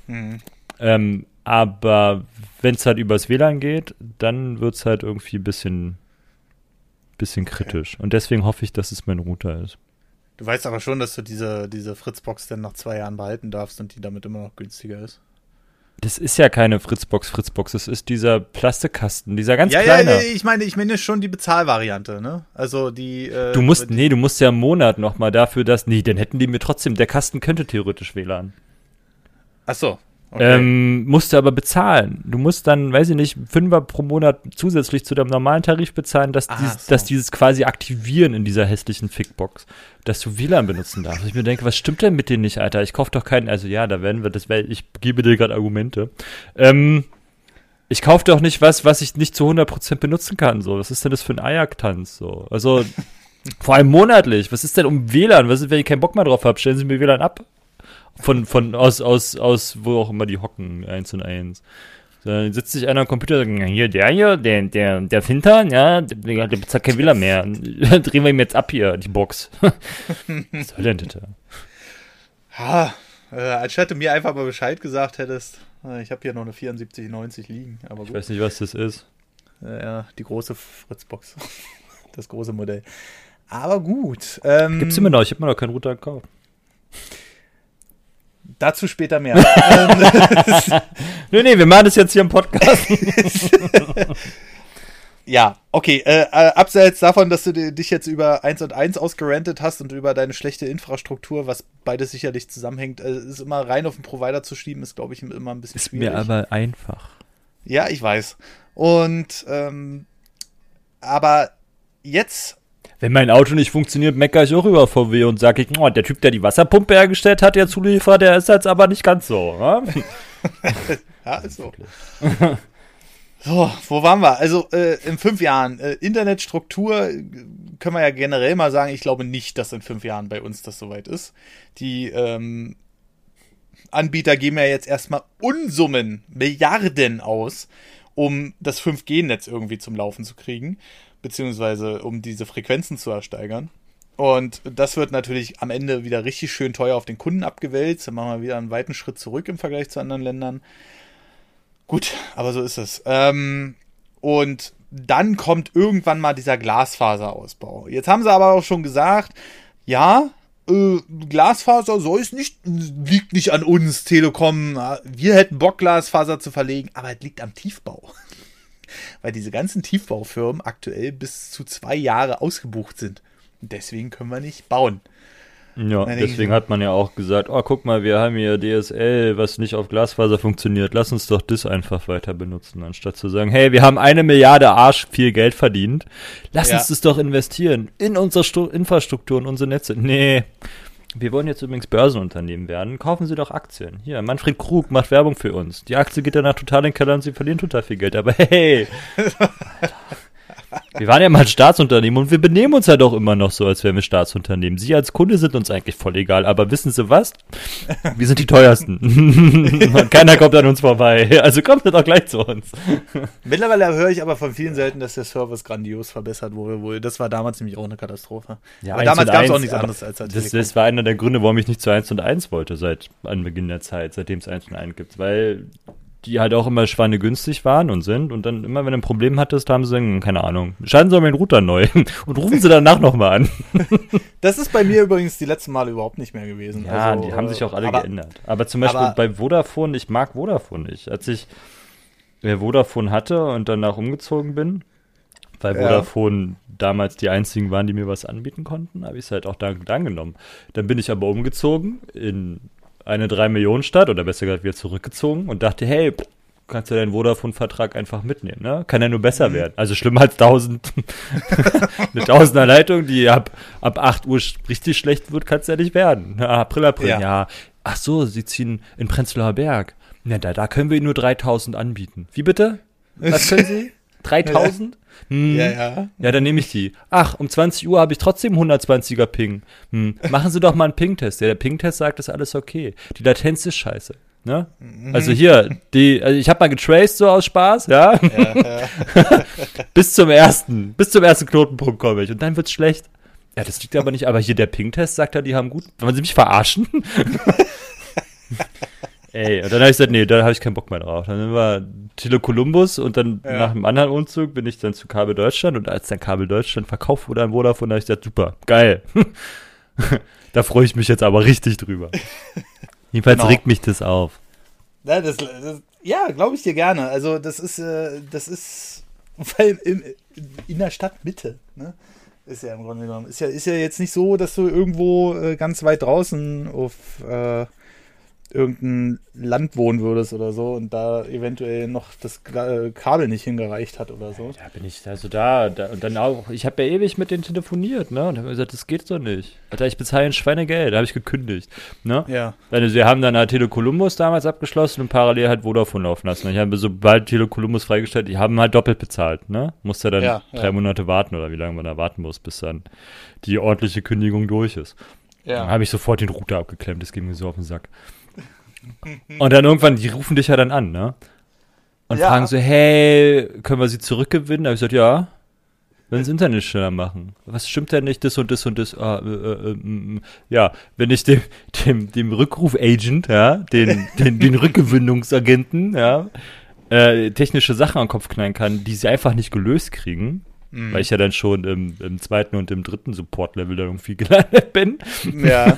Aber wenn es halt übers WLAN geht, dann wird es halt irgendwie ein bisschen kritisch. Und deswegen hoffe ich, dass es mein Router ist. Du weißt aber schon, dass du diese Fritzbox dann nach 2 Jahren behalten darfst und die damit immer noch günstiger ist. Das ist ja keine Fritzbox. Das ist dieser Plastikkasten, dieser ganz kleine. Ja, ich meine schon die Bezahlvariante, ne? Also die. Du musst ja im Monat nochmal dafür, dann hätten die mir trotzdem, der Kasten könnte theoretisch WLAN. Ach so. Okay. Musst du aber bezahlen. Du musst dann, weiß ich nicht, Fünfer pro Monat zusätzlich zu deinem normalen Tarif bezahlen, dass dieses quasi aktivieren in dieser hässlichen Fickbox, dass du WLAN benutzen darfst. Ich mir denke, was stimmt denn mit denen nicht, Alter? Ich kaufe doch keinen, also ja, da werden wir, ich gebe dir gerade Argumente. Ich kaufe doch nicht was ich nicht zu 100% benutzen kann, so. Was ist denn das für ein Eiertanz, so? Also, vor allem monatlich. Was ist denn um WLAN? Was ist, wenn ich keinen Bock mehr drauf habe? Stellen Sie mir WLAN ab. Aus, wo auch immer die hocken, 1&1. So, dann sitzt sich einer am Computer und sagt, hier, der Finter, ja, der bezahlt kein WLAN mehr. Drehen wir ihm jetzt ab hier, die Box. Was soll denn das? Anstatt du mir einfach mal Bescheid gesagt hättest, ich habe hier noch eine 7490 liegen, aber gut. Ich weiß nicht, was das ist. Ja, die große Fritzbox. Das große Modell. Aber gut. Gibt's immer noch, ich habe mir noch keinen Router gekauft. Dazu später mehr. Nee, wir machen das jetzt hier im Podcast. Ja, okay. Abseits davon, dass du dich jetzt über 1&1 ausgerantet hast und über deine schlechte Infrastruktur, was beides sicherlich zusammenhängt, ist immer rein auf den Provider zu schieben, ist, glaube ich, immer ein bisschen schwierig. Ist mir aber einfach. Ja, ich weiß. Und, aber jetzt... Wenn mein Auto nicht funktioniert, meckere ich auch über VW und sage ich, der Typ, der die Wasserpumpe hergestellt hat, der Zulieferer, der ist jetzt aber nicht ganz so. Ja, ja ist so. So, wo waren wir? Also in 5 Jahren. Internetstruktur können wir ja generell mal sagen, ich glaube nicht, dass in 5 Jahren bei uns das soweit ist. Die Anbieter geben ja jetzt erstmal Unsummen, Milliarden aus, um das 5G-Netz irgendwie zum Laufen zu kriegen, beziehungsweise um diese Frequenzen zu ersteigern. Und das wird natürlich am Ende wieder richtig schön teuer auf den Kunden abgewälzt. Dann machen wir wieder einen weiten Schritt zurück im Vergleich zu anderen Ländern. Gut, aber so ist es. Und dann kommt irgendwann mal dieser Glasfaserausbau. Jetzt haben sie aber auch schon gesagt, ja, Glasfaser soll es nicht, liegt nicht an uns, Telekom. Wir hätten Bock, Glasfaser zu verlegen, aber es liegt am Tiefbau. Weil diese ganzen Tiefbaufirmen aktuell bis zu 2 Jahre ausgebucht sind. Und deswegen können wir nicht bauen. Ja, deswegen hat man ja auch gesagt, oh, guck mal, wir haben hier DSL, was nicht auf Glasfaser funktioniert. Lass uns doch das einfach weiter benutzen, anstatt zu sagen, hey, wir haben 1 Milliarde Arsch viel Geld verdient. Lass uns das doch investieren in unsere Infrastruktur und unsere Netze. Nee, wir wollen jetzt übrigens Börsenunternehmen werden. Kaufen Sie doch Aktien. Hier, Manfred Krug macht Werbung für uns. Die Aktie geht danach total in den Keller und Sie verlieren total viel Geld. Aber hey, Alter. Wir waren ja mal ein Staatsunternehmen und wir benehmen uns ja doch immer noch so, als wären wir Staatsunternehmen. Sie als Kunde sind uns eigentlich voll egal, aber wissen Sie was? Wir sind die teuersten. Keiner kommt an uns vorbei. Also kommt ihr doch gleich zu uns. Mittlerweile höre ich aber von vielen Seiten, dass der Service grandios verbessert wurde. Das war damals nämlich auch eine Katastrophe. Ja, aber damals gab es auch nichts anderes als das war einer der Gründe, warum ich nicht zu 1&1 wollte seit Anbeginn der Zeit, seitdem es 1&1 gibt, weil die halt auch immer schweinegünstig waren und sind und dann immer, wenn du ein Problem hattest, haben sie gesagt, keine Ahnung, schalten Sie mal den Router neu und rufen Sie danach nochmal an. Das ist bei mir übrigens die letzten Male überhaupt nicht mehr gewesen. Ja, also, die haben sich auch alle geändert. Aber zum Beispiel bei Vodafone, ich mag Vodafone nicht. Als ich Vodafone hatte und danach umgezogen bin, weil Vodafone damals die einzigen waren, die mir was anbieten konnten, habe ich es halt auch dann genommen. Dann bin ich aber umgezogen in eine 3-Millionen-Stadt oder besser gesagt wieder zurückgezogen und dachte, hey, kannst du deinen Vodafone-Vertrag einfach mitnehmen, ne? Kann ja nur besser werden. Also schlimmer als 1000, eine 1000er Leitung, die ab 8 Uhr richtig schlecht wird, kann es ja nicht werden. April, ja. Ach so, sie ziehen in Prenzlauer Berg. Ja, da können wir Ihnen nur 3000 anbieten. Wie bitte? Was können Sie? 3000? Ja, dann nehme ich die. Ach, um 20 Uhr habe ich trotzdem 120er Ping. Machen Sie doch mal einen Ping-Test. Der Ping-Test sagt, das ist alles okay. Die Latenz ist scheiße. Ne? Also hier, ich habe mal getraced so aus Spaß, ja. bis zum ersten Knotenpunkt komme ich und dann wird's schlecht. Ja, das liegt aber nicht, aber hier der Ping-Test sagt ja, die haben gut. Wollen Sie mich verarschen? Ey, und dann habe ich gesagt, nee, da habe ich keinen Bock mehr drauf. Dann war Tele Columbus und dann nach dem anderen Umzug bin ich dann zu Kabel Deutschland und als dann Kabel Deutschland verkauft wurde an Vodafone, habe ich gesagt, super, geil. Da freue ich mich jetzt aber richtig drüber. Jedenfalls regt mich das auf. Ja, glaube ich dir gerne. Also das ist weil in der Stadtmitte, ne? Ist ja im Grunde genommen. Ist ja jetzt nicht so, dass du irgendwo ganz weit draußen auf irgendein Land wohnen würdest oder so und da eventuell noch das Kabel nicht hingereicht hat oder so. Da bin ich also da und dann auch, ich habe ja ewig mit denen telefoniert, ne, und habe gesagt, das geht doch nicht. Alter, ich bezahle ein Schweinegeld, da habe ich gekündigt, ne. Ja. Also wir haben dann halt Tele Columbus damals abgeschlossen und parallel halt Vodafone laufen lassen. Ich habe sobald Tele Columbus freigestellt, die haben halt doppelt bezahlt, ne. Musste dann 3 Monate warten oder wie lange man da warten muss, bis dann die ordentliche Kündigung durch ist. Ja. Dann habe ich sofort den Router abgeklemmt, das ging mir so auf den Sack. Und dann irgendwann, die rufen dich ja dann an, ne? Und fragen so, hey, können wir sie zurückgewinnen? Da habe ich gesagt, ja, wenn das Internet schneller machen. Was stimmt denn nicht, das und das und das? Ja, wenn ich dem Rückruf-Agent, ja, den Rückgewinnungsagenten, ja, technische Sachen an den Kopf knallen kann, die sie einfach nicht gelöst kriegen, weil ich ja dann schon im 2. und im 3. Support-Level da irgendwie gelandet bin. Ja.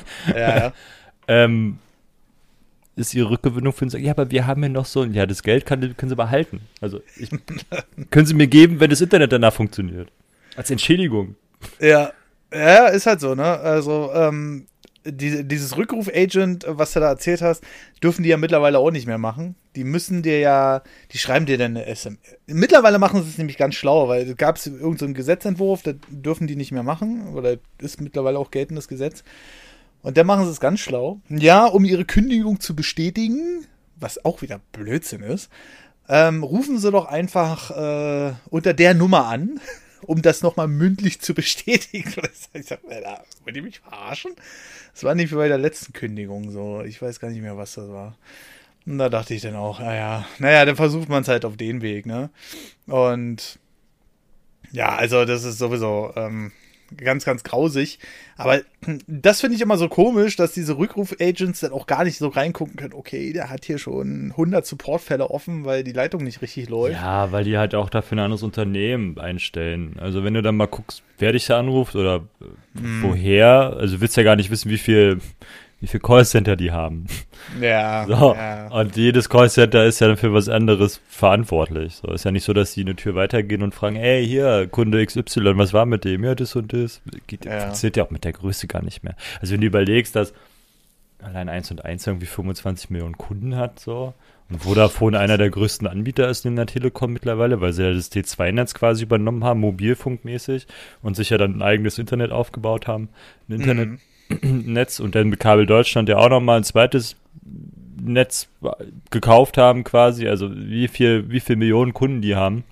Ist ihre Rückgewinnung für uns, ja, aber wir haben ja noch so, ja, das Geld können sie behalten. Also, können sie mir geben, wenn das Internet danach funktioniert. Als Entschädigung. Ja, ist halt so, ne? Also, dieses Rückruf-Agent, was du da erzählt hast, dürfen die ja mittlerweile auch nicht mehr machen. Die müssen dir ja, die schreiben dir dann eine SMS. Mittlerweile machen sie es nämlich ganz schlau, weil es gab irgendeinen so Gesetzentwurf, das dürfen die nicht mehr machen, oder ist mittlerweile auch geltendes Gesetz. Und dann machen sie es ganz schlau. Ja, um ihre Kündigung zu bestätigen, was auch wieder Blödsinn ist, rufen sie doch einfach unter der Nummer an, um das nochmal mündlich zu bestätigen. Ich sag, wollt ihr mich verarschen? Das war nicht wie bei der letzten Kündigung so. Ich weiß gar nicht mehr, was das war. Und da dachte ich dann auch, naja, dann versucht man es halt auf den Weg, ne? Und ja, also das ist sowieso ganz, ganz grausig. Aber das finde ich immer so komisch, dass diese Rückruf-Agents dann auch gar nicht so reingucken können, okay, der hat hier schon 100 Supportfälle offen, weil die Leitung nicht richtig läuft. Ja, weil die halt auch dafür ein anderes Unternehmen einstellen. Also wenn du dann mal guckst, wer dich da anruft oder woher, also willst ja gar nicht wissen, wie viel Callcenter die haben. Ja. So. Ja. Und jedes Callcenter ist ja dann für was anderes verantwortlich. So, ist ja nicht so, dass die eine Tür weitergehen und fragen, ey, hier, Kunde XY, was war mit dem? Ja, das und das. Funktioniert ja auch mit der Größe gar nicht mehr. Also wenn du überlegst, dass allein 1&1 irgendwie 25 Millionen Kunden hat, so, und Vodafone einer der größten Anbieter ist in der Telekom mittlerweile, weil sie ja das T2-Netz quasi übernommen haben, mobilfunkmäßig, und sich ja dann ein eigenes Internet aufgebaut haben, ein Internetnetz, und dann mit Kabel Deutschland ja auch nochmal ein zweites Netz gekauft haben quasi, also wie viel Millionen Kunden die haben.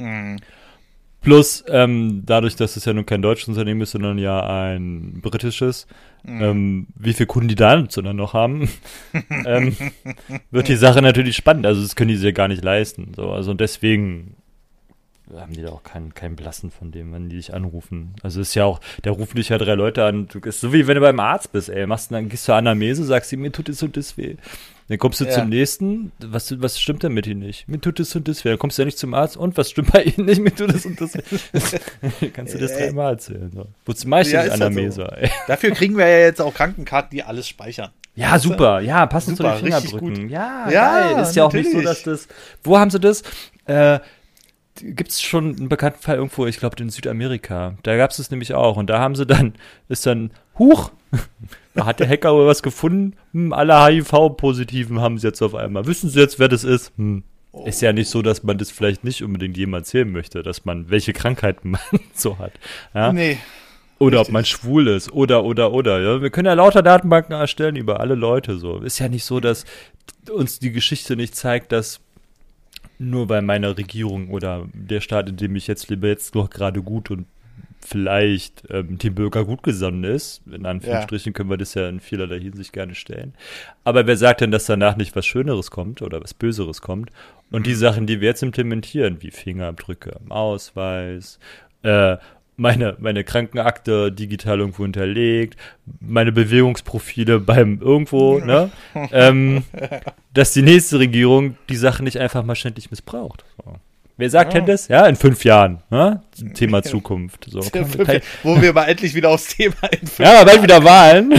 Plus, dadurch, dass es ja nun kein deutsches Unternehmen ist, sondern ja ein britisches, wie viele Kunden die da noch haben, wird die Sache natürlich spannend. Also das können die sich ja gar nicht leisten. So, also und deswegen haben die da auch keinen Blassen von dem, wenn die dich anrufen. Also ist ja auch, da rufen dich ja 3 Leute an. Du ist so wie wenn du beim Arzt bist, ey. Dann gehst du Anamnese, sagst ihm, mir tut es und das weh. Dann kommst du zum nächsten, was stimmt denn mit ihm nicht? Mir tut es und das weh. Dann kommst du ja nicht zum Arzt, und was stimmt bei ihm nicht? Mir tut es und das weh. Kannst du das 3-mal erzählen. So. Wozu mach ich denn Anamese? Halt so. Dafür kriegen wir ja jetzt auch Krankenkarten, die alles speichern. Ja, super. Ja, passend zu den Fingerbrücken. Ja, geil. Ist ja auch nicht so, dass das... Wo haben sie das? Gibt es schon einen bekannten Fall irgendwo, ich glaube in Südamerika. Da gab es das nämlich auch. Und da haben sie dann, huch, da hat der Hacker wohl was gefunden. Alle HIV-Positiven haben sie jetzt auf einmal. Wissen sie jetzt, wer das ist? Ist ja nicht so, dass man das vielleicht nicht unbedingt jedem erzählen möchte, dass man, welche Krankheiten man so hat. Ja? Nee. Oder richtig. Ob man schwul ist. Oder. Ja? Wir können ja lauter Datenbanken erstellen über alle Leute. So. Ist ja nicht so, dass uns die Geschichte nicht zeigt, dass nur weil meine Regierung oder der Staat, in dem ich jetzt lebe, jetzt noch gerade gut und vielleicht dem Bürger gut gesonnen ist, in Anführungsstrichen können wir das ja in vielerlei Hinsicht gerne stellen. Aber wer sagt denn, dass danach nicht was Schöneres kommt oder was Böseres kommt? Und die Sachen, die wir jetzt implementieren, wie Fingerabdrücke am Ausweis, meine Krankenakte digital irgendwo hinterlegt, meine Bewegungsprofile beim irgendwo, ne? Dass die nächste Regierung die Sachen nicht einfach mal ständig missbraucht. So. Wer sagt denn das? Ja, in 5 Jahren. Ne? Thema Zukunft. So. Wo wir mal endlich wieder aufs Thema in 5 Ja, bald wieder Wahlen.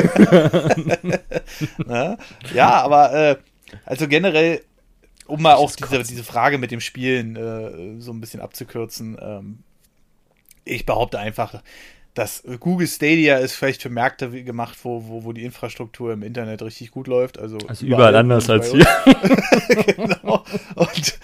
Ja, aber also generell, um mal auch diese Frage mit dem Spielen so ein bisschen abzukürzen, ich behaupte einfach, Das Google Stadia ist vielleicht für Märkte gemacht, wo die Infrastruktur im Internet richtig gut läuft. Also überall anders als hier. Genau. Und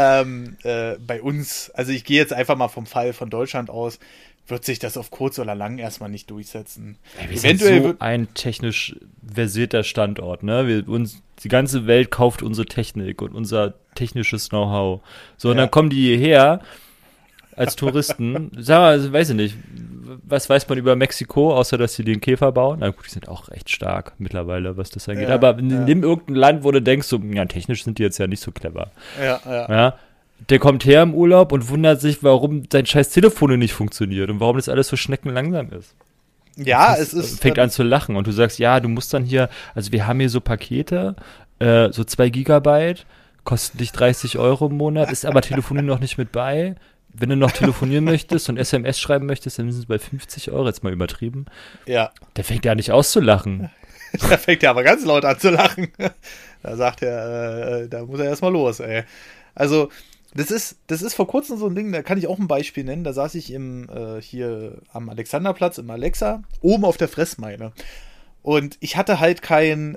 bei uns, also ich gehe jetzt einfach mal vom Fall von Deutschland aus, wird sich das auf kurz oder lang erstmal nicht durchsetzen. Ja, wir Eventuell sind so ein technisch versierter Standort, ne? Die ganze Welt kauft unsere Technik und unser technisches Know-how. So, und dann kommen die hierher als Touristen. Sag mal, also, weiß ich nicht, was weiß man über Mexiko, außer dass sie den Käfer bauen? Na gut, die sind auch recht stark mittlerweile, was das angeht. Aber nimm irgendein Land, wo du denkst, so, ja, technisch sind die jetzt ja nicht so clever. Ja. Der kommt her im Urlaub und wundert sich, warum sein scheiß Telefon nicht funktioniert und warum das alles so schneckenlangsam ist. Ja, es ist... Fängt an zu lachen und du sagst, ja, du musst dann hier, also wir haben hier so Pakete, so 2 Gigabyte, kosten dich 30 Euro im Monat, ist aber Telefonieren noch nicht mit bei. Wenn du noch telefonieren möchtest und SMS schreiben möchtest, dann sind es bei 50 Euro, jetzt mal übertrieben. Ja. Der fängt ja nicht auszulachen. Da fängt er aber ganz laut an zu lachen. Da sagt er, da muss er erstmal los, ey. Also, das ist vor kurzem so ein Ding, da kann ich auch ein Beispiel nennen. Da saß ich hier am Alexanderplatz im Alexa, oben auf der Fressmeile. Und ich hatte halt kein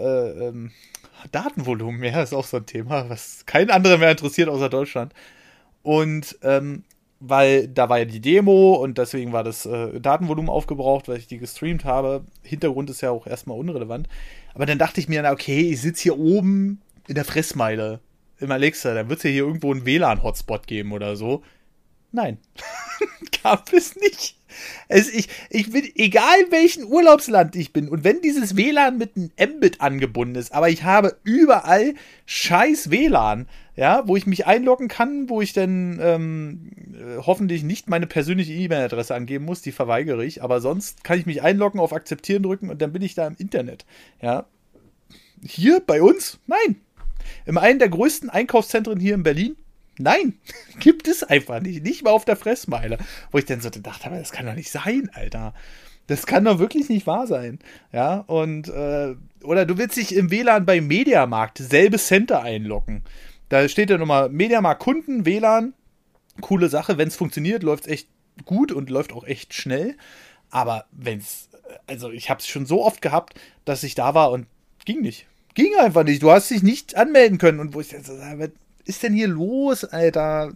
Datenvolumen mehr, das ist auch so ein Thema, was keinen anderen mehr interessiert außer Deutschland. Und weil da war ja die Demo und deswegen war das Datenvolumen aufgebraucht, weil ich die gestreamt habe. Hintergrund ist ja auch erstmal unrelevant. Aber dann dachte ich mir, okay, ich sitze hier oben in der Fressmeile im Alexa, da wird es ja hier irgendwo einen WLAN-Hotspot geben oder so. Nein, gab es nicht. Ich bin, egal in welchem Urlaubsland ich bin, und wenn dieses WLAN mit einem Mbit angebunden ist, aber ich habe überall scheiß WLAN, ja, wo ich mich einloggen kann, wo ich dann hoffentlich nicht meine persönliche E-Mail-Adresse angeben muss, die verweigere ich, aber sonst kann ich mich einloggen, auf Akzeptieren drücken und dann bin ich da im Internet, ja. Hier bei uns? Nein. In einem der größten Einkaufszentren hier in Berlin? Nein, gibt es einfach nicht. Nicht mal auf der Fressmeile. Wo ich dann so dachte, aber das kann doch nicht sein, Alter. Das kann doch wirklich nicht wahr sein. Ja, und, oder du willst dich im WLAN beim Mediamarkt selbe Center einloggen. Da steht ja nochmal Mediamarkt Kunden, WLAN. Coole Sache. Wenn es funktioniert, läuft es echt gut und läuft auch echt schnell. Aber also ich habe es schon so oft gehabt, dass ich da war und ging nicht. Ging einfach nicht. Du hast dich nicht anmelden können. Und wo ich jetzt so sage, was ist denn hier los, Alter?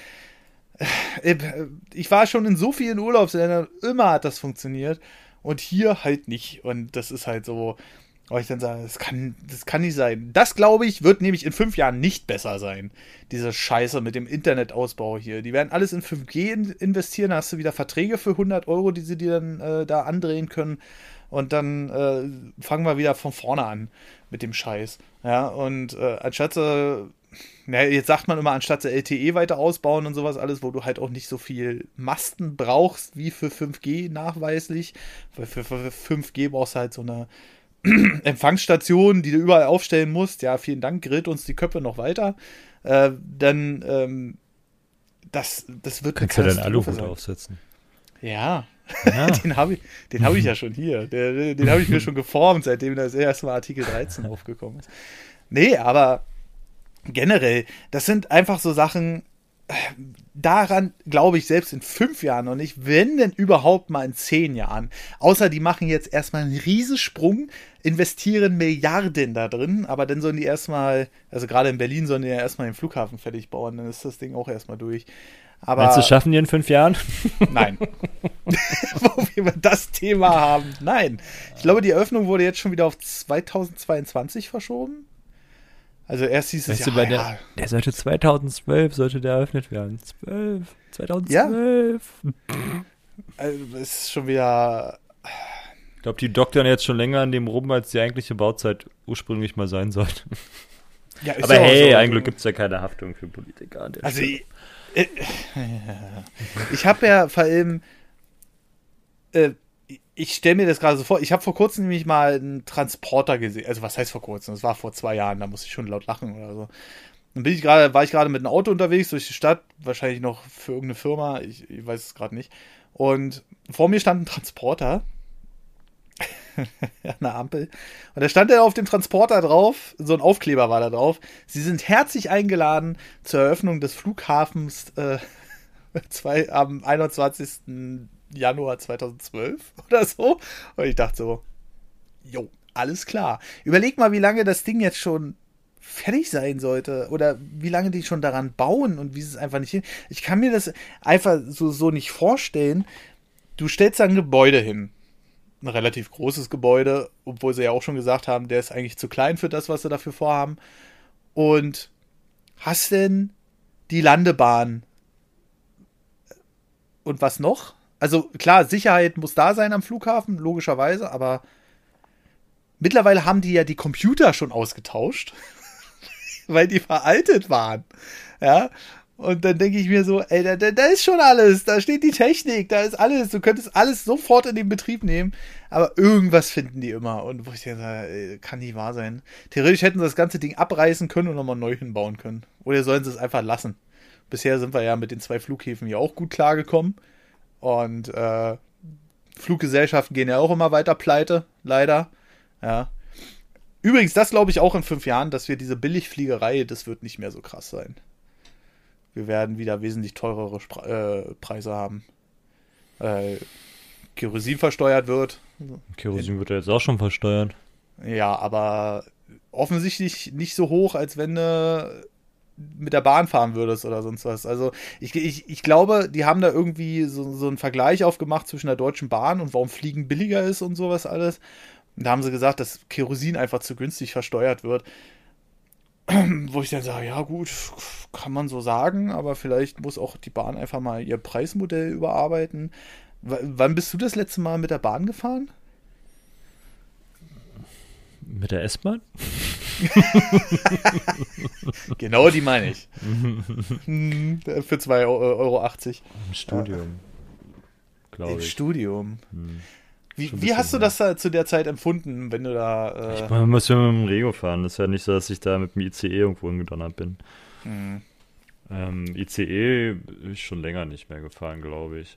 Ich war schon in so vielen Urlaubsländern, immer hat das funktioniert. Und hier halt nicht. Und das ist halt so, wo ich dann sage, das kann nicht sein. Das, glaube ich, wird nämlich in 5 Jahren nicht besser sein. Diese Scheiße mit dem Internetausbau hier. Die werden alles in 5G investieren. Da hast du wieder Verträge für 100 Euro, die sie dir dann da andrehen können. Und dann fangen wir wieder von vorne an mit dem Scheiß. Ja, und anstatt jetzt sagt man immer, anstatt LTE weiter ausbauen und sowas alles, wo du halt auch nicht so viel Masten brauchst, wie für 5G nachweislich. Weil für 5G brauchst du halt so eine Empfangsstation, die du überall aufstellen musst. Ja, vielen Dank, grillt uns die Köpfe noch weiter. Das wird kannst du deinen Aluhut aufsetzen? Ja. Den habe ich ja schon hier. Den habe ich mir schon geformt, seitdem das erste Mal Artikel 13 aufgekommen ist. Nee, aber generell, das sind einfach so Sachen, daran glaube ich selbst in 5 Jahren noch nicht, wenn denn überhaupt mal in 10 Jahren. Außer die machen jetzt erstmal einen Riesensprung, investieren Milliarden da drin, aber dann sollen die erstmal, also gerade in Berlin sollen die ja erstmal den Flughafen fertig bauen, dann ist das Ding auch erstmal durch. Aber meinst du, schaffen die in 5 Jahren? Nein. Wo wir das Thema haben. Nein. Ich glaube, die Eröffnung wurde jetzt schon wieder auf 2022 verschoben. Also erst hieß es der sollte 2012 der eröffnet werden. 2012. Ja. Also es ist schon wieder. Ich glaube, die doktern jetzt schon länger an dem rum, als die eigentliche Bauzeit ursprünglich mal sein sollte. Ja, aber hey, ein Glück gibt es ja keine Haftung für Politiker. Also ich habe ja vor allem, ich stelle mir das gerade so vor, ich habe vor kurzem nämlich mal einen Transporter gesehen, also was heißt vor kurzem, das war vor 2 Jahren, da musste ich schon laut lachen oder so. Dann war ich gerade mit einem Auto unterwegs durch die Stadt, wahrscheinlich noch für irgendeine Firma, ich weiß es gerade nicht. Und vor mir stand ein Transporter an der Ampel. Und da stand er auf dem Transporter drauf, so ein Aufkleber war da drauf. Sie sind herzlich eingeladen zur Eröffnung des Flughafens am 21. Januar 2012 oder so. Und ich dachte so, jo, alles klar. Überleg mal, wie lange das Ding jetzt schon fertig sein sollte oder wie lange die schon daran bauen und wie sie es einfach nicht hin. Ich kann mir das einfach so nicht vorstellen. Du stellst da ein Gebäude hin. Ein relativ großes Gebäude, obwohl sie ja auch schon gesagt haben, der ist eigentlich zu klein für das, was sie dafür vorhaben. Und hast denn die Landebahn und was noch? Also klar, Sicherheit muss da sein am Flughafen, logischerweise, aber mittlerweile haben die ja die Computer schon ausgetauscht, weil die veraltet waren. Ja, und dann denke ich mir so, ey, da ist schon alles, da steht die Technik, da ist alles, du könntest alles sofort in den Betrieb nehmen, aber irgendwas finden die immer. Und wo ich denke, ey, kann nicht wahr sein. Theoretisch hätten sie das ganze Ding abreißen können und nochmal neu hinbauen können. Oder sollen sie es einfach lassen. Bisher sind wir ja mit den 2 Flughäfen ja auch gut klargekommen. Und Fluggesellschaften gehen ja auch immer weiter pleite, leider. Ja. Übrigens, das glaube ich auch in 5 Jahren, dass wir diese Billigfliegerei, das wird nicht mehr so krass sein. Wir werden wieder wesentlich teurere Preise haben. Kerosin versteuert wird. Kerosin wird ja jetzt auch schon versteuert. Ja, aber offensichtlich nicht so hoch, als wenn du mit der Bahn fahren würdest oder sonst was. Also ich glaube, die haben da irgendwie so einen Vergleich aufgemacht zwischen der Deutschen Bahn und warum Fliegen billiger ist und sowas alles. Und da haben sie gesagt, dass Kerosin einfach zu günstig versteuert wird. Wo ich dann sage, ja gut, kann man so sagen, aber vielleicht muss auch die Bahn einfach mal ihr Preismodell überarbeiten. Wann bist du das letzte Mal mit der Bahn gefahren? Mit der S-Bahn? Genau, die meine ich. Für 2,80 Euro. Im Studium, glaube ich. Im Studium. Wie hast du mehr. das da zu der Zeit empfunden, wenn du da... Man muss ja mit dem Rego fahren. Das ist ja nicht so, dass ich da mit dem ICE irgendwo hingedonnert bin. ICE ist schon länger nicht mehr gefahren, glaube ich.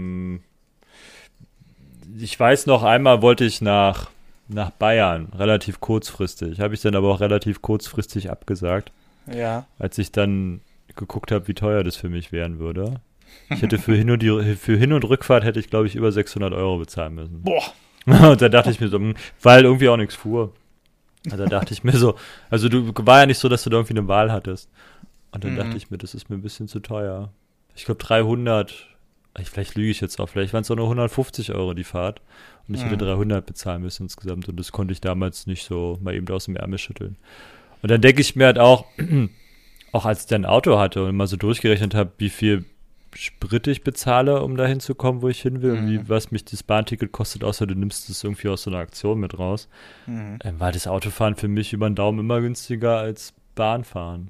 Ich weiß noch, einmal wollte ich nach Bayern, relativ kurzfristig. Habe ich dann aber auch relativ kurzfristig abgesagt. Ja. Als ich dann geguckt habe, wie teuer das für mich werden würde. Ich hätte für Hin- und Rückfahrt hätte ich, glaube ich, über 600 Euro bezahlen müssen. Boah. Und da dachte ich mir so, weil irgendwie auch nichts fuhr. Da dachte ich mir so, also war ja nicht so, dass du da irgendwie eine Wahl hattest. Und dann dachte ich mir, das ist mir ein bisschen zu teuer. Ich glaube 300, vielleicht lüge ich jetzt auch, vielleicht waren es auch nur 150 Euro die Fahrt. Und ich hätte 300 bezahlen müssen insgesamt. Und das konnte ich damals nicht so mal eben aus dem Ärmel schütteln. Und dann denke ich mir halt auch als ich dann ein Auto hatte und mal so durchgerechnet habe, wie viel Sprit ich bezahle, um dahin zu kommen, wo ich hin will, und was mich das Bahnticket kostet, außer du nimmst es irgendwie aus so einer Aktion mit raus, war das Autofahren für mich über den Daumen immer günstiger als Bahnfahren.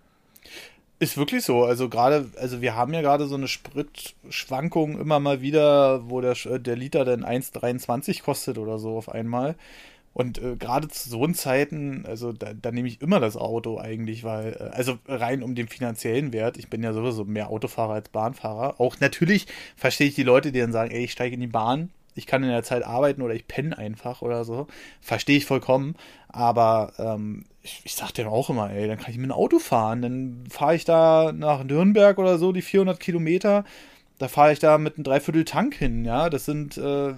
Ist wirklich so. Also wir haben ja gerade so eine Spritschwankung immer mal wieder, wo der Liter dann 1,23 kostet oder so auf einmal. Und gerade zu so Zeiten, also da nehme ich immer das Auto eigentlich, weil, also rein um den finanziellen Wert, ich bin ja sowieso mehr Autofahrer als Bahnfahrer. Auch natürlich verstehe ich die Leute, die dann sagen, ey, ich steige in die Bahn, ich kann in der Zeit arbeiten oder ich penne einfach oder so. Verstehe ich vollkommen. Aber ich sag denen auch immer, ey, dann kann ich mit dem Auto fahren. Dann fahre ich da nach Nürnberg oder so, die 400 Kilometer. Da fahre ich da mit einem Dreiviertel Tank hin, ja. Das sind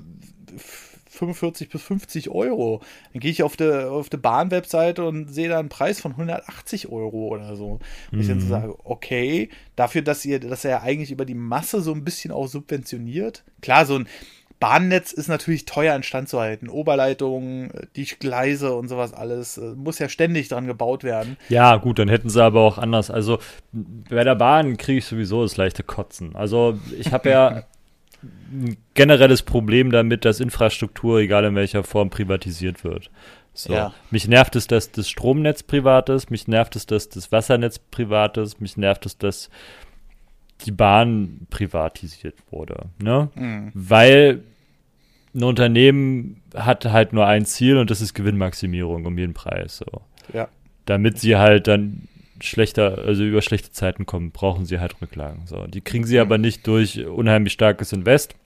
45 bis 50 Euro. Dann gehe ich auf der Bahn-Webseite und sehe da einen Preis von 180 Euro oder so. Und ich dann so sage, okay, dafür, dass er ja eigentlich über die Masse so ein bisschen auch subventioniert. Klar, so ein Bahnnetz ist natürlich teuer instand zu halten. Oberleitungen, die Gleise und sowas alles, muss ja ständig dran gebaut werden. Ja, gut, dann hätten sie aber auch anders. Also bei der Bahn kriege ich sowieso das leichte Kotzen. Also ich habe ja ein generelles Problem damit, dass Infrastruktur, egal in welcher Form, privatisiert wird. So. Ja. Mich nervt es, dass das Stromnetz privat ist, mich nervt es, dass das Wassernetz privat ist, mich nervt es, dass die Bahn privatisiert wurde. Ne? Weil ein Unternehmen hat halt nur ein Ziel und das ist Gewinnmaximierung um jeden Preis. So. Ja. Damit sie halt dann über schlechte Zeiten kommen, brauchen sie halt Rücklagen. So. Die kriegen sie aber nicht durch unheimlich starkes Invest,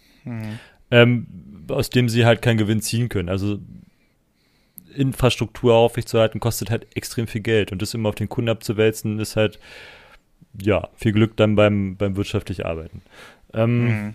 aus dem sie halt keinen Gewinn ziehen können. Also Infrastruktur aufrechtzuerhalten kostet halt extrem viel Geld und das immer auf den Kunden abzuwälzen ist halt, ja, viel Glück dann beim wirtschaftlich Arbeiten.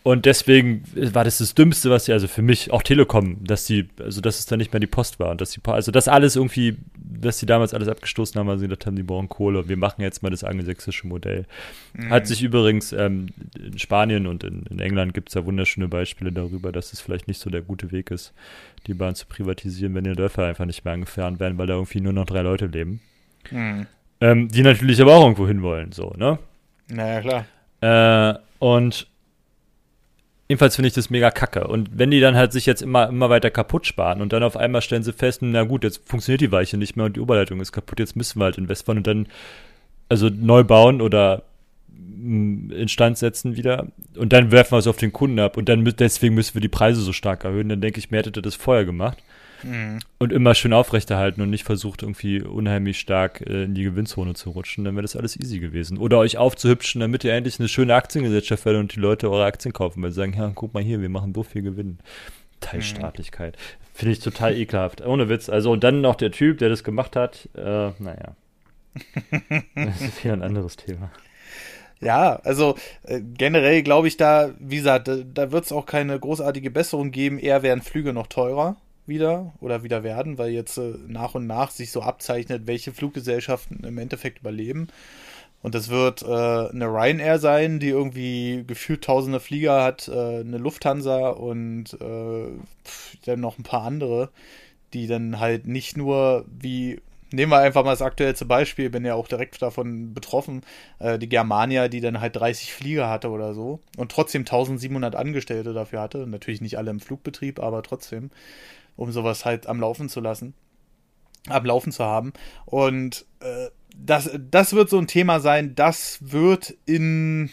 Und deswegen war das Dümmste, was sie, also für mich, auch Telekom, dass es dann nicht mehr die Post war. Und also das alles irgendwie, dass sie damals alles abgestoßen haben, weil sie gedacht haben, die brauchen Kohle. Wir machen jetzt mal das angelsächsische Modell. Hat sich übrigens in Spanien und in England gibt es da wunderschöne Beispiele darüber, dass es vielleicht nicht so der gute Weg ist, die Bahn zu privatisieren, wenn die Dörfer einfach nicht mehr angefahren werden, weil da irgendwie nur noch 3 Leute leben. Die natürlich aber auch irgendwo hinwollen, so, ne? Naja, klar. Und jedenfalls finde ich das mega kacke. Und wenn die dann halt sich jetzt immer weiter kaputt sparen und dann auf einmal stellen sie fest, na gut, jetzt funktioniert die Weiche nicht mehr und die Oberleitung ist kaputt, jetzt müssen wir halt in Westfahren und dann also neu bauen oder instand setzen wieder und dann werfen wir es auf den Kunden ab und dann deswegen müssen wir die Preise so stark erhöhen, dann denke ich mir, hättet ihr das vorher gemacht und immer schön aufrechterhalten und nicht versucht, irgendwie unheimlich stark in die Gewinnzone zu rutschen, dann wäre das alles easy gewesen. Oder euch aufzuhübschen, damit ihr endlich eine schöne Aktiengesellschaft werdet und die Leute eure Aktien kaufen, weil sie sagen, ja, guck mal hier, wir machen so viel Gewinn. Teilstaatlichkeit. Finde ich total ekelhaft. Ohne Witz. Also, und dann noch der Typ, der das gemacht hat, naja. Das ist wieder ein anderes Thema. Ja, also generell glaube ich wie gesagt, da wird es auch keine großartige Besserung geben, eher werden Flüge noch teurer wieder werden, weil jetzt nach und nach sich so abzeichnet, welche Fluggesellschaften im Endeffekt überleben. Und das wird eine Ryanair sein, die irgendwie gefühlt tausende Flieger hat, eine Lufthansa und dann noch ein paar andere, die dann halt nicht nur nehmen wir einfach mal das aktuellste Beispiel, bin ja auch direkt davon betroffen, die Germania, die dann halt 30 Flieger hatte oder so und trotzdem 1700 Angestellte dafür hatte. Natürlich nicht alle im Flugbetrieb, aber trotzdem, um sowas halt am Laufen zu haben. Und das wird so ein Thema sein, das wird in,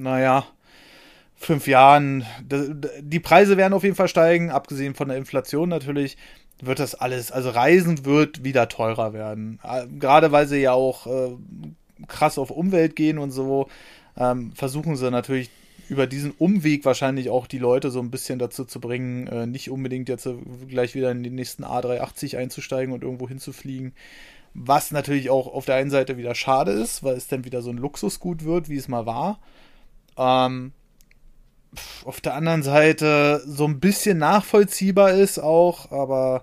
5 Jahren, die Preise werden auf jeden Fall steigen, abgesehen von der Inflation natürlich, wird das alles, also Reisen wird wieder teurer werden. Gerade weil sie ja auch krass auf Umwelt gehen und so, versuchen sie natürlich über diesen Umweg wahrscheinlich auch die Leute so ein bisschen dazu zu bringen, nicht unbedingt jetzt gleich wieder in den nächsten A380 einzusteigen und irgendwo hinzufliegen. Was natürlich auch auf der einen Seite wieder schade ist, weil es dann wieder so ein Luxusgut wird, wie es mal war. Auf der anderen Seite so ein bisschen nachvollziehbar ist auch, aber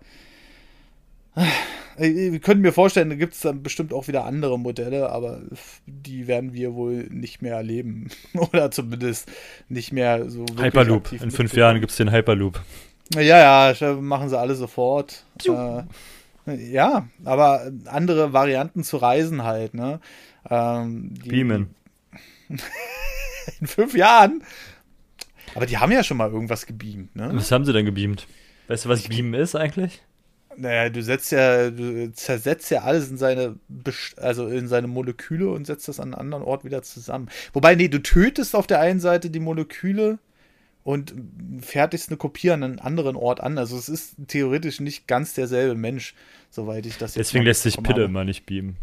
wir können mir vorstellen, da gibt es dann bestimmt auch wieder andere Modelle, aber die werden wir wohl nicht mehr erleben. Oder zumindest nicht mehr so wirklich Hyperloop. In 5 Jahren gibt es den Hyperloop. Ja, machen sie alle sofort. Ja, aber andere Varianten zu reisen halt, ne? Beamen. In 5 Jahren? Aber die haben ja schon mal irgendwas gebeamt, ne? Was haben sie denn gebeamt? Weißt du, was Beamen ist eigentlich? Naja, du zersetzt ja alles in seine Moleküle und setzt das an einem anderen Ort wieder zusammen. Wobei, du tötest auf der einen Seite die Moleküle und fertigst eine Kopie an einen anderen Ort an. Also es ist theoretisch nicht ganz derselbe Mensch, soweit ich das jetzt Deswegen lässt sich Pille immer nicht beamen.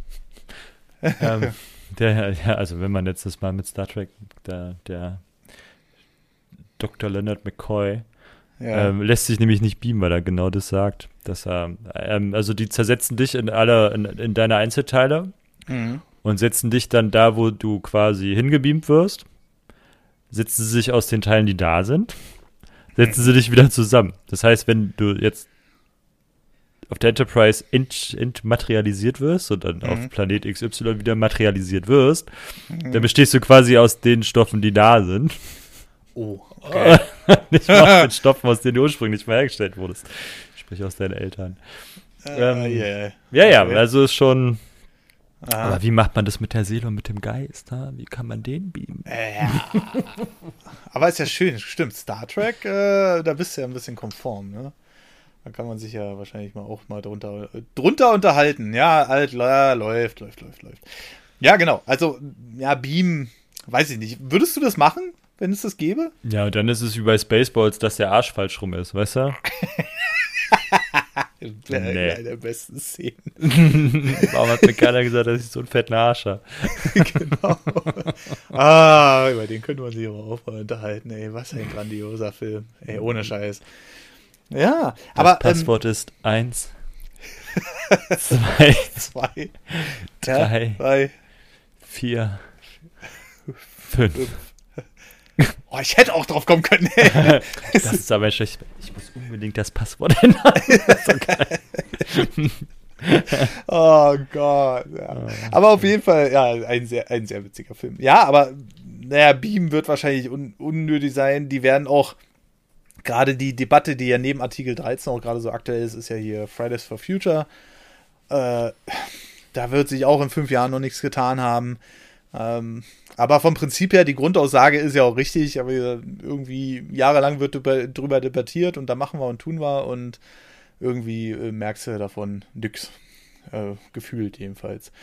Also wenn man jetzt das mal mit Star Trek, der Dr. Leonard McCoy, lässt sich nämlich nicht beamen, weil er genau das sagt, dass er, also die zersetzen dich in deine Einzelteile und setzen dich dann da, wo du quasi hingebeamt wirst, setzen sie sich aus den Teilen, die da sind, setzen sie dich wieder zusammen. Das heißt, wenn du jetzt auf der Enterprise entmaterialisiert wirst und dann auf Planet XY wieder materialisiert wirst, dann bestehst du quasi aus den Stoffen, die da sind. Oh, okay. Nicht mal mit Stoffen, aus denen du ursprünglich mal hergestellt wurdest. Sprich aus deinen Eltern. Ja, also ist schon. Aber wie macht man das mit der Seele und mit dem Geist? Wie kann man den beamen? Ja. Aber ist ja schön, stimmt. Star Trek, da bist du ja ein bisschen konform, ne? Da kann man sich ja wahrscheinlich auch mal drunter unterhalten. Ja, läuft. Ja, genau. Also, ja, Beam, weiß ich nicht. Würdest du das machen, wenn es das gäbe? Ja, und dann ist es wie bei Spaceballs, dass der Arsch falsch rum ist, weißt du? Eine der besten Szenen. Warum hat mir keiner gesagt, dass ich so einen fetten Arsch habe? Genau. Über den können wir uns hier auch mal unterhalten. Ey, was ein grandioser Film. Ey, ohne Scheiß. Ja, aber. Das Passwort ist 1, 2, 3, 4, 5. Oh, ich hätte auch drauf kommen können. Das ist aber schlecht. Ich muss unbedingt das Passwort ändern. Das ist so geil. Oh Gott. Ja. Aber auf jeden Fall, ja, ein sehr witziger Film. Ja, aber naja, Beam wird wahrscheinlich unnötig sein. Die werden auch, gerade die Debatte, die ja neben Artikel 13 auch gerade so aktuell ist ja hier Fridays for Future. Da wird sich auch in 5 Jahren noch nichts getan haben. Aber vom Prinzip her, die Grundaussage ist ja auch richtig, aber irgendwie jahrelang wird drüber debattiert und da machen wir und tun wir und irgendwie merkst du davon nix. Gefühlt jedenfalls.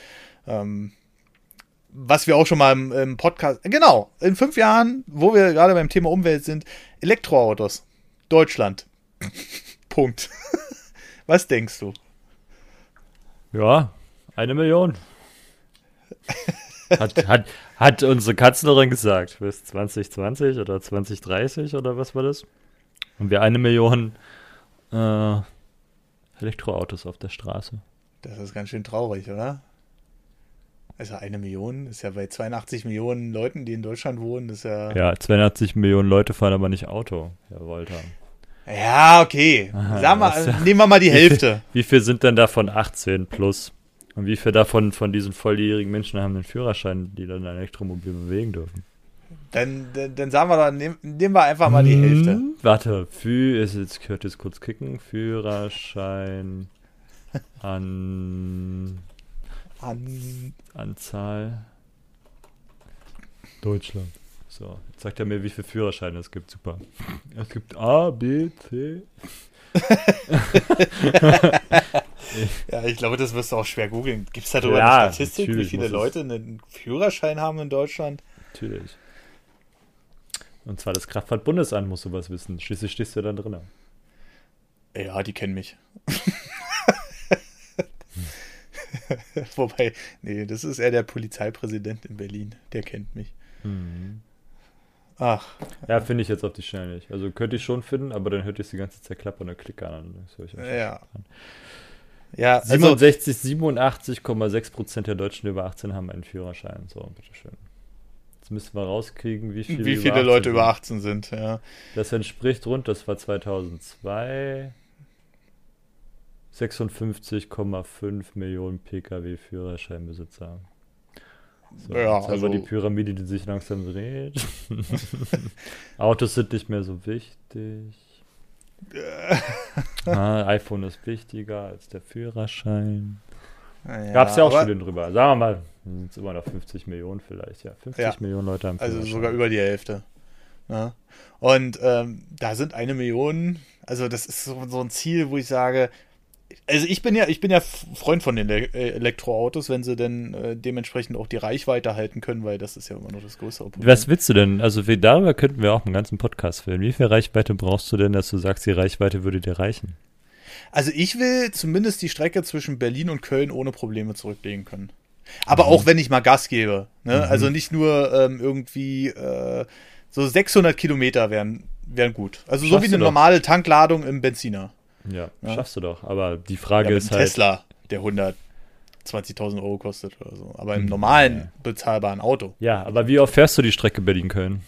Was wir auch schon mal im Podcast, genau, in 5 Jahren, wo wir gerade beim Thema Umwelt sind, Elektroautos. Deutschland. Punkt. Was denkst du? Ja, 1 Million. Hat unsere Kanzlerin gesagt, bis 2020 oder 2030 oder was war das? Und wir 1 Million Elektroautos auf der Straße. Das ist ganz schön traurig, oder? Also 1 Million ist ja bei 82 Millionen Leuten, die in Deutschland wohnen, ist ja... Ja, 82 Millionen Leute fahren aber nicht Auto, Herr Wolter. Ja, okay. Nehmen wir mal die Hälfte. Wie viel sind denn davon 18 plus? Und wie viel davon von diesen volljährigen Menschen haben den Führerschein, die dann ein Elektromobil bewegen dürfen? Dann sagen wir doch, nehmen wir einfach mal die Hälfte. Warte, ich könnte jetzt kurz kicken. Führerschein Anzahl Deutschland. So, jetzt sagt er mir, wie viele Führerscheine es gibt. Super. Es gibt A, B, C. Ja, ich glaube, das wirst du auch schwer googeln. Gibt es darüber eine Statistik, wie viele Leute einen Führerschein haben in Deutschland? Natürlich. Und zwar das Kraftfahrtbundesamt muss sowas wissen. Schließlich stehst du da drin. Ja, die kennen mich. Wobei, nee, das ist eher der Polizeipräsident in Berlin. Der kennt mich. Mhm. Ach. Ja, finde ich jetzt auf die Schnelle nicht. Also könnte ich schon finden, aber dann hört ich die ganze Zeit Klappe und der Klicker an. Ja. Ja, 87,6% der Deutschen über 18 haben einen Führerschein. So, bitteschön. Jetzt müssen wir rauskriegen, wie viele Leute über 18 sind. Ja. Das entspricht das war 2002, 56,5 Millionen Pkw-Führerscheinbesitzer. So, ja, jetzt haben wir die Pyramide, die sich langsam dreht. Autos sind nicht mehr so wichtig. iPhone ist wichtiger als der Führerschein. Ja, gab es ja auch Studien drüber. Sagen wir mal, sind es immer noch 50 Millionen vielleicht. Ja, 50 Millionen Leute haben Führerschein. Also sogar über die Hälfte. Ja. Und da sind 1 Million, also das ist so ein Ziel, wo ich sage, also ich bin ja Freund von den Elektroautos, wenn sie denn dementsprechend auch die Reichweite halten können, weil das ist ja immer noch das größere Problem. Was willst du denn? Also darüber könnten wir auch einen ganzen Podcast filmen. Wie viel Reichweite brauchst du denn, dass du sagst, die Reichweite würde dir reichen? Also ich will zumindest die Strecke zwischen Berlin und Köln ohne Probleme zurücklegen können. Aber auch wenn ich mal Gas gebe. Ne? Also nicht nur irgendwie so 600 Kilometer wären gut. Also so wie eine normale Tankladung im Benziner. Ja, schaffst du doch. Aber die Frage ist halt... Tesla, der 120.000 Euro kostet oder so. Aber im normalen, bezahlbaren Auto. Ja, aber wie oft fährst du die Strecke Berlin-Köln?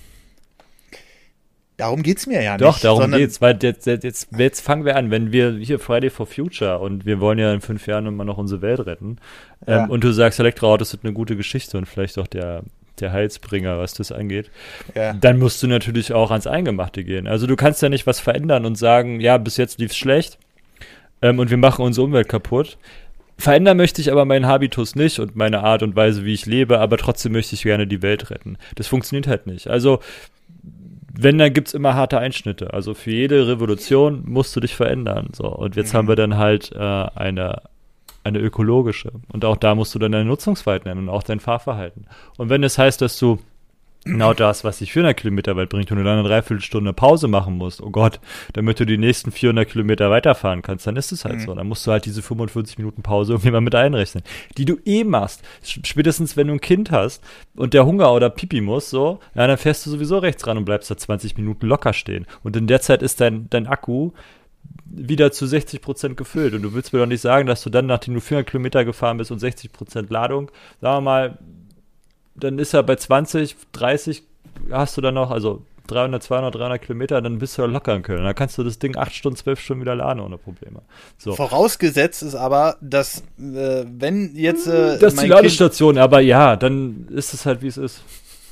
Darum geht's mir ja nicht. Doch, darum geht's. Weil jetzt fangen wir an, wenn wir hier Friday for Future und wir wollen ja in 5 Jahren immer noch unsere Welt retten. Und du sagst, Elektroautos sind eine gute Geschichte und vielleicht auch der Heilsbringer, was das angeht, dann musst du natürlich auch ans Eingemachte gehen. Also du kannst ja nicht was verändern und sagen, ja, bis jetzt lief's schlecht und wir machen unsere Umwelt kaputt. Verändern möchte ich aber meinen Habitus nicht und meine Art und Weise, wie ich lebe, aber trotzdem möchte ich gerne die Welt retten. Das funktioniert halt nicht. Also wenn, dann gibt's immer harte Einschnitte. Also für jede Revolution musst du dich verändern. So. Und jetzt haben wir dann halt eine ökologische. Und auch da musst du dann deine Nutzungsverhalten ändern und auch dein Fahrverhalten. Und wenn es heißt, dass du genau das, was dich 400 Kilometer weit bringt und du dann eine Dreiviertelstunde Pause machen musst, oh Gott, damit du die nächsten 400 Kilometer weiterfahren kannst, dann ist es halt so. Dann musst du halt diese 45 Minuten Pause irgendwie mal mit einrechnen, die du machst. Spätestens, wenn du ein Kind hast und der Hunger oder Pipi muss, so, ja, dann fährst du sowieso rechts ran und bleibst da 20 Minuten locker stehen. Und in der Zeit ist dein Akku wieder zu 60% gefüllt. Und du willst mir doch nicht sagen, dass du dann, nachdem du 400 Kilometer gefahren bist und 60% Ladung, sagen wir mal, dann ist er bei 20, 30 hast du dann noch, also 300, 200, 300 Kilometer, dann bist du ja locker in Köln. Dann kannst du das Ding 8 Stunden, 12 Stunden wieder laden ohne Probleme. So. Vorausgesetzt ist aber, dass wenn jetzt das ist die Ladestation, aber ja, dann ist es halt, wie es ist.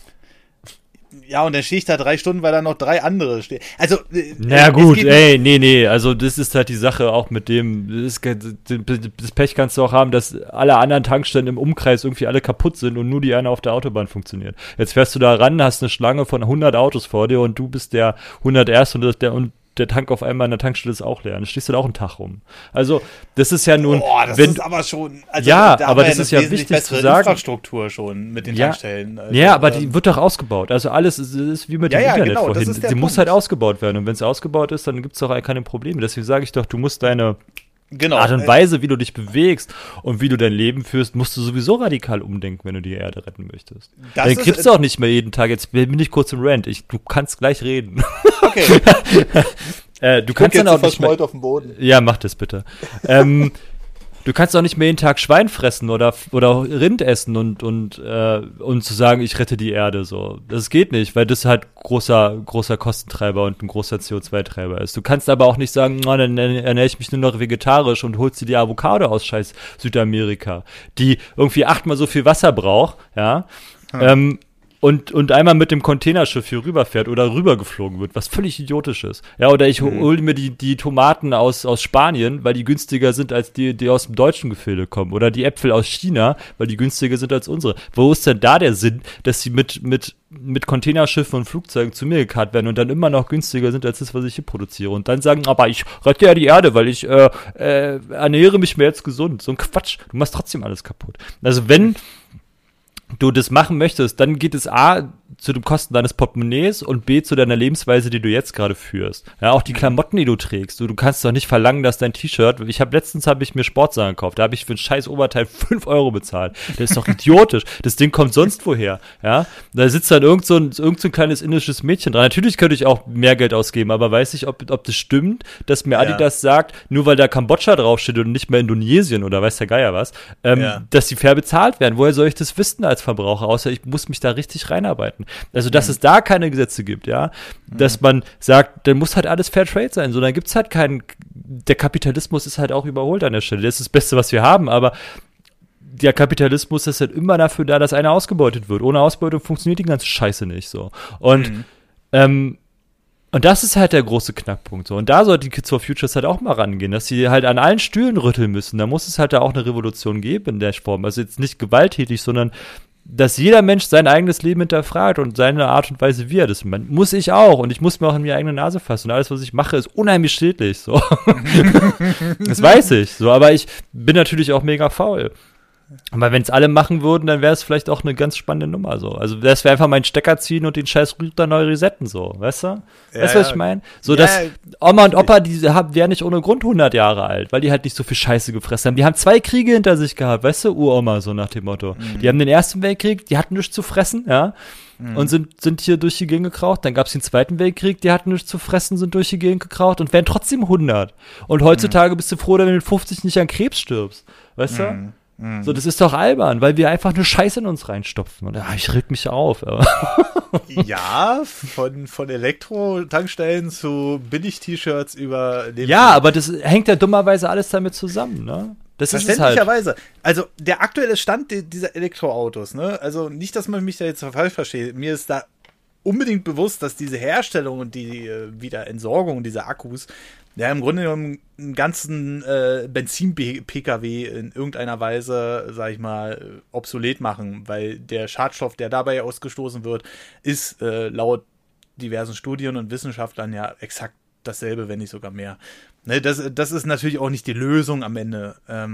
Ja, und dann stehe ich da 3 Stunden, weil da noch 3 andere stehen. Also, na gut, nee, also das ist halt die Sache auch mit dem, das Pech kannst du auch haben, dass alle anderen Tankstellen im Umkreis irgendwie alle kaputt sind und nur die eine auf der Autobahn funktioniert. Jetzt fährst du da ran, hast eine Schlange von 100 Autos vor dir und du bist der 101. und der Tank auf einmal an der Tankstelle ist auch leer. Dann stehst du da auch einen Tag rum. Also, das ist ja nun... das ist aber schon... Also, ja, aber das ist ja wichtig zu sagen. Infrastruktur schon mit den Tankstellen. Also, ja, aber die wird doch ausgebaut. Also alles ist wie mit dem Internet genau, vorhin. Sie muss halt ausgebaut werden. Und wenn es ausgebaut ist, dann gibt es doch keine Probleme. Deswegen sage ich doch, du musst deine... Art und Weise, wie du dich bewegst und wie du dein Leben führst, musst du sowieso radikal umdenken, wenn du die Erde retten möchtest. Dann kriegst du auch nicht mehr jeden Tag, jetzt bin ich kurz im Rant, du kannst gleich reden. Okay. Du kannst dann auch nicht mehr, auf dem Boden. Ja, mach das bitte. Du kannst auch nicht mehr jeden Tag Schwein fressen oder Rind essen und zu sagen, ich rette die Erde, so. Das geht nicht, weil das halt großer Kostentreiber und ein großer CO2-Treiber ist. Du kannst aber auch nicht sagen, dann ernähre ich mich nur noch vegetarisch und holst dir die Avocado aus scheiß Südamerika, die irgendwie 8-mal so viel Wasser braucht, ja. Und einmal mit dem Containerschiff hier rüberfährt oder rübergeflogen wird, was völlig idiotisch ist. Ja, oder ich hole mir die Tomaten aus Spanien, weil die günstiger sind als die aus dem deutschen Gefilde kommen. Oder die Äpfel aus China, weil die günstiger sind als unsere. Wo ist denn da der Sinn, dass sie mit Containerschiffen und Flugzeugen zu mir gekarrt werden und dann immer noch günstiger sind als das, was ich hier produziere? Und dann sagen, aber ich rette ja die Erde, weil ich ernähre mich mehr jetzt gesund. So ein Quatsch. Du machst trotzdem alles kaputt. Also wenn du das machen möchtest, dann geht es A, zu den Kosten deines Portemonnaies und B, zu deiner Lebensweise, die du jetzt gerade führst. Ja, auch die Klamotten, die du trägst. Du kannst doch nicht verlangen, dass dein T-Shirt, letztens habe ich mir Sportsachen gekauft, da habe ich für ein scheiß Oberteil 5 Euro bezahlt. Das ist doch idiotisch. Das Ding kommt sonst woher. Ja, da sitzt dann irgend so ein kleines indisches Mädchen dran. Natürlich könnte ich auch mehr Geld ausgeben, aber weiß ich, ob das stimmt, dass mir Adidas sagt, nur weil da Kambodscha draufsteht und nicht mehr Indonesien oder weiß der Geier was, dass die fair bezahlt werden. Woher soll ich das wissen als Verbraucher? Außer ich muss mich da richtig reinarbeiten. Also, dass es da keine Gesetze gibt, ja, dass man sagt, dann muss halt alles Fair Trade sein, so, dann gibt's halt der Kapitalismus ist halt auch überholt an der Stelle, das ist das Beste, was wir haben, aber der Kapitalismus ist halt immer dafür da, dass einer ausgebeutet wird. Ohne Ausbeutung funktioniert die ganze Scheiße nicht, so. Und das ist halt der große Knackpunkt, so. Und da sollte die Kids for Futures halt auch mal rangehen, dass sie halt an allen Stühlen rütteln müssen. Da muss es halt da auch eine Revolution geben in der Form. Also jetzt nicht gewalttätig, sondern dass jeder Mensch sein eigenes Leben hinterfragt und seine Art und Weise, wie er das macht. Muss ich auch. Und ich muss mir auch in die eigene Nase fassen. Und alles, was ich mache, ist unheimlich schädlich. So. Das weiß ich. So, aber ich bin natürlich auch mega faul. Aber wenn es alle machen würden, dann wäre es vielleicht auch eine ganz spannende Nummer. So. Also das wäre einfach meinen Stecker ziehen und den scheiß Router neu resetten. So. Weißt du? Weißt du, was ich meine? So, dass Oma und Opa, die wären nicht ohne Grund 100 Jahre alt, weil die halt nicht so viel Scheiße gefressen haben. Die haben 2 Kriege hinter sich gehabt, weißt du, Uroma, so nach dem Motto. Die haben den Ersten Weltkrieg, die hatten nichts zu fressen, ja, und sind hier durch die Gegend gekraucht. Dann gab es den Zweiten Weltkrieg, die hatten nichts zu fressen, sind durch die Gegend gekraucht und wären trotzdem 100. Und heutzutage bist du froh, wenn du mit 50 nicht an Krebs stirbst, weißt du? So, das ist doch albern, weil wir einfach eine Scheiße in uns reinstopfen. Und ich reg mich auf. Ja, von Elektro-Tankstellen zu Billig-T-Shirts über den... Ja, aber das hängt ja dummerweise alles damit zusammen, ne? Das ist es halt. Verständlicherweise. Also, der aktuelle Stand dieser Elektroautos, ne? Also, nicht, dass man mich da jetzt falsch versteht. Mir ist da unbedingt bewusst, dass diese Herstellung und die Wiederentsorgung dieser Akkus ja im Grunde genommen einen ganzen Benzin-PKW in irgendeiner Weise, sag ich mal, obsolet machen, weil der Schadstoff, der dabei ausgestoßen wird, ist laut diversen Studien und Wissenschaftlern ja exakt dasselbe, wenn nicht sogar mehr. Ne, das ist natürlich auch nicht die Lösung am Ende.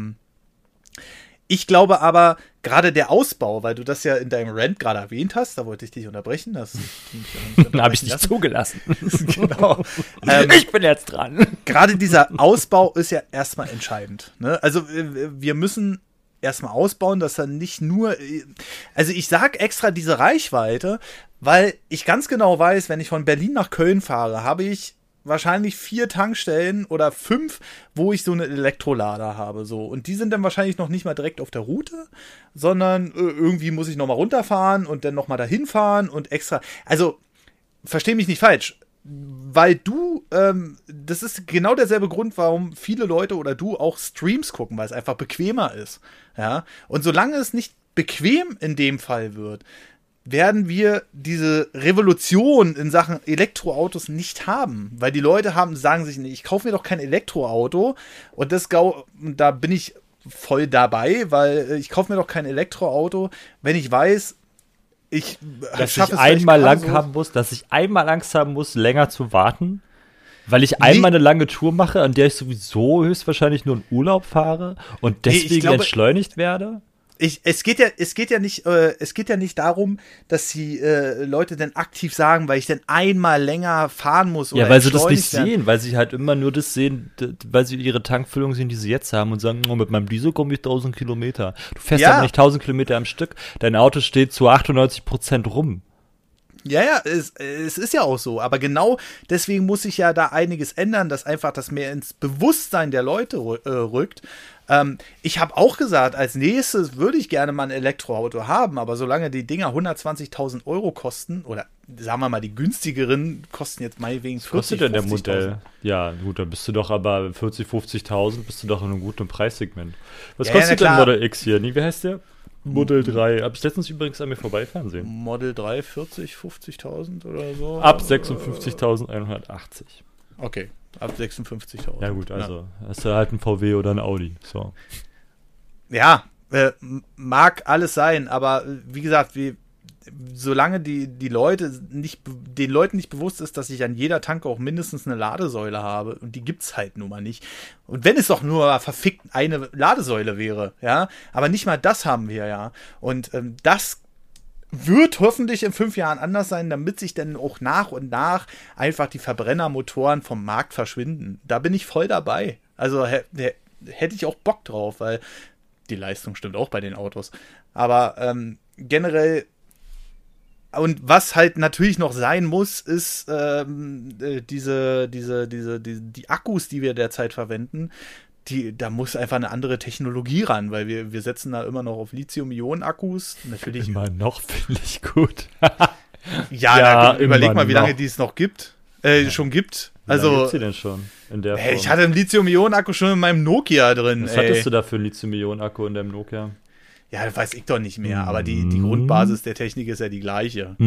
Ich glaube aber, gerade der Ausbau, weil du das ja in deinem Rant gerade erwähnt hast, da wollte ich dich unterbrechen. Das habe ich nicht zugelassen. Genau. Ich bin jetzt dran. Gerade dieser Ausbau ist ja erstmal entscheidend. Ne? Also wir müssen erstmal ausbauen, dass er nicht nur, also ich sag extra diese Reichweite, weil ich ganz genau weiß, wenn ich von Berlin nach Köln fahre, habe ich wahrscheinlich 4 Tankstellen oder 5, wo ich so einen Elektrolader habe. So. Und die sind dann wahrscheinlich noch nicht mal direkt auf der Route, sondern irgendwie muss ich nochmal runterfahren und dann nochmal dahin fahren und extra. Also, versteh mich nicht falsch. Weil das ist genau derselbe Grund, warum viele Leute oder du auch Streams gucken, weil es einfach bequemer ist. Ja. Und solange es nicht bequem in dem Fall wird, werden wir diese Revolution in Sachen Elektroautos nicht haben. Weil die Leute sagen sich, nee, ich kaufe mir doch kein Elektroauto. Und da bin ich voll dabei, weil ich kaufe mir doch kein Elektroauto, wenn ich weiß, dass ich einmal Angst haben muss, länger zu warten, weil ich einmal eine lange Tour mache, an der ich sowieso höchstwahrscheinlich nur in Urlaub fahre und deswegen entschleunigt werde. Es geht ja nicht darum, dass die Leute dann aktiv sagen, weil ich dann einmal länger fahren muss oder ja, weil sie das nicht sehen, weil sie halt immer nur das sehen, weil sie ihre Tankfüllung sehen, die sie jetzt haben und sagen, oh, mit meinem Diesel komme ich 1000 Kilometer. Du fährst aber nicht 1000 Kilometer am Stück, dein Auto steht zu 98% rum. Ja, es ist ja auch so, aber genau deswegen muss sich ja da einiges ändern, dass einfach das mehr ins Bewusstsein der Leute rückt. Ich habe auch gesagt, als nächstes würde ich gerne mal ein Elektroauto haben, aber solange die Dinger 120.000 Euro kosten, oder sagen wir mal, die günstigeren kosten jetzt meinetwegen 40.000. Was kostet denn der Modell? Ja, gut, dann bist du doch aber 40.000, 50.000, bist du doch in einem guten Preissegment. Was kostet denn Model X hier? Wie heißt der? Model 3. Hab ich letztens übrigens an mir vorbeifahren sehen. Model 3, 50.000 oder so? Ab 56.180. Okay, ab 56.000. Ja gut, also hast du halt ein VW oder ein Audi. So. Ja, mag alles sein, aber wie gesagt, solange den Leuten nicht bewusst ist, dass ich an jeder Tanke auch mindestens eine Ladesäule habe, und die gibt's halt nun mal nicht. Und wenn es doch nur verfickt eine Ladesäule wäre, ja, aber nicht mal das haben wir, ja. Und das wird hoffentlich in 5 Jahren anders sein, damit sich dann auch nach und nach einfach die Verbrennermotoren vom Markt verschwinden. Da bin ich voll dabei. Also hätte ich auch Bock drauf, weil die Leistung stimmt auch bei den Autos. Aber generell. Und was halt natürlich noch sein muss, ist die Akkus, die wir derzeit verwenden, da muss einfach eine andere Technologie ran, weil wir setzen da immer noch auf Lithium-Ionen-Akkus. Natürlich. Immer noch, finde ich gut. ja, überleg mal, wie lange die es noch gibt. Schon gibt. Also, wie lange gibt's die denn schon in der Form? Ich hatte einen Lithium-Ionen-Akku schon in meinem Nokia drin. Was hattest du da für einen Lithium-Ionen-Akku in deinem Nokia? Ja, das weiß ich doch nicht mehr, aber die Grundbasis der Technik ist ja die gleiche.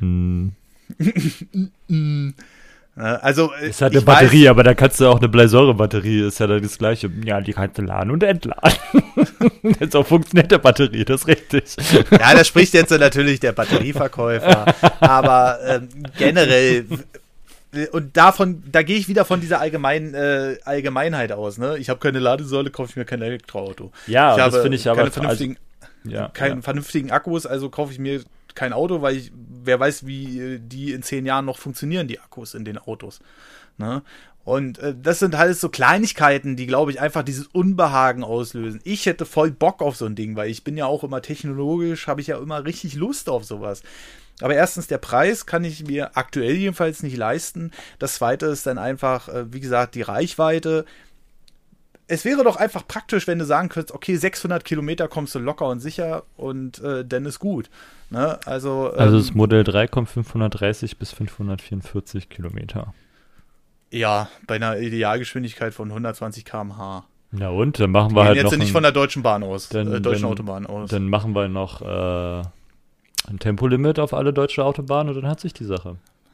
Also, es hat eine Batterie, aber da kannst du auch eine Bleisäure-Batterie, ist ja dann das Gleiche. Ja, die kannst du laden und entladen. So funktioniert der Batterie, das ist richtig. Ja, da spricht jetzt natürlich der Batterieverkäufer, aber generell, und da gehe ich wieder von dieser Allgemeinheit aus, ne? Ich habe keine Ladesäule, kaufe ich mir kein Elektroauto. Ja, das finde ich aber keine vernünftigen Akkus, also kaufe ich mir kein Auto, weil wer weiß, wie die in 10 Jahren noch funktionieren, die Akkus in den Autos. Ne? Und das sind halt so Kleinigkeiten, die, glaube ich, einfach dieses Unbehagen auslösen. Ich hätte voll Bock auf so ein Ding, weil ich bin ja auch immer technologisch, habe ich ja immer richtig Lust auf sowas. Aber erstens, der Preis kann ich mir aktuell jedenfalls nicht leisten. Das Zweite ist dann einfach, wie gesagt, die Reichweite. Es wäre doch einfach praktisch, wenn du sagen könntest, okay, 600 Kilometer kommst du locker und sicher und dann ist gut. Ne? Also das Modell 3 kommt 530 bis 544 Kilometer. Ja, bei einer Idealgeschwindigkeit von 120 km/h. Ja und? Dann machen wir halt jetzt noch nicht von der Deutschen Bahn aus, deutschen Autobahn aus. Dann machen wir noch ein Tempolimit auf alle deutschen Autobahnen und dann hat sich die Sache.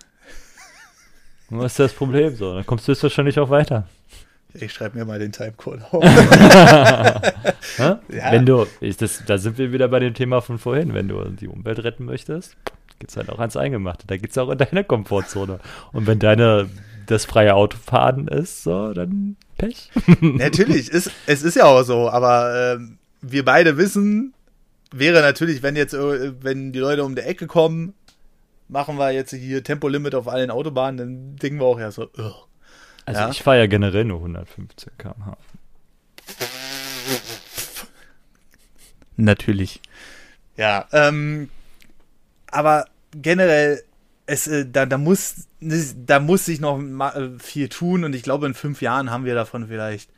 Und was ist das Problem so? Dann kommst du höchstwahrscheinlich auch weiter. Ich schreibe mir mal den Timecode auf. Ja? Da sind wir wieder bei dem Thema von vorhin. Wenn du die Umwelt retten möchtest, geht's halt auch ans Eingemachte. Da geht's auch in deine Komfortzone. Und wenn das freie Autofahren ist, so, dann Pech. Natürlich, es ist ja auch so, aber wir beide wissen, wäre natürlich, wenn die Leute um die Ecke kommen, machen wir jetzt hier Tempolimit auf allen Autobahnen, dann denken wir auch ja so, ugh. Also ich fahre ja generell nur 115 km/h. Natürlich. Ja, aber generell, da muss sich noch viel tun und ich glaube, in 5 Jahren haben wir davon vielleicht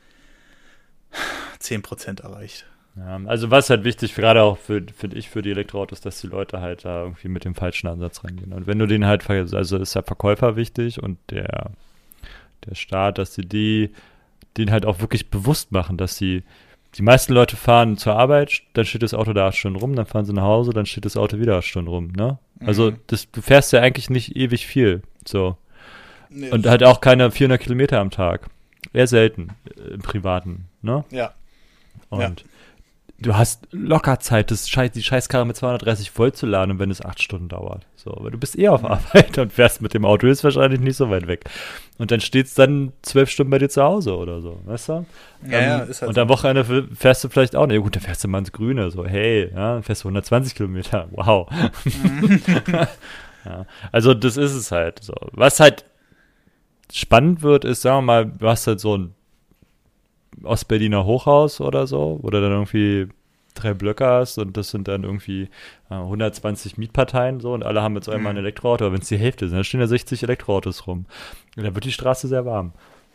10% erreicht. Ja, also was halt wichtig, gerade auch finde ich für die Elektroautos, dass die Leute halt da irgendwie mit dem falschen Ansatz rangehen. Und wenn du den halt, also ist der Verkäufer wichtig und der Staat, dass sie den halt auch wirklich bewusst machen, dass die meisten Leute fahren zur Arbeit, dann steht das Auto da 8 Stunden rum, dann fahren sie nach Hause, dann steht das Auto wieder 8 Stunden rum, ne? Also du fährst ja eigentlich nicht ewig viel, so. Nee, und halt auch keine 400 Kilometer am Tag. Eher selten im Privaten, ne? Ja. Und du hast locker Zeit, die Scheißkarre mit 230 Volt zu laden, wenn es 8 Stunden dauert. So, aber du bist auf Arbeit und fährst mit dem Auto, ist wahrscheinlich nicht so weit weg. Und dann steht es dann 12 Stunden bei dir zu Hause oder so, weißt du? Ist halt und am Wochenende fährst du vielleicht auch, ne, gut, dann fährst du mal ins Grüne, so, hey, ja, fährst du 120 Kilometer, wow. Ja, also das ist es halt so. Was halt spannend wird, ist, sagen wir mal, du hast halt so ein Ostberliner Hochhaus oder so, wo du dann irgendwie 3 Blöcke hast und das sind dann irgendwie 120 Mietparteien so und alle haben jetzt einmal ein Elektroauto, aber wenn es die Hälfte sind, dann stehen da 60 Elektroautos rum. Und dann wird die Straße sehr warm.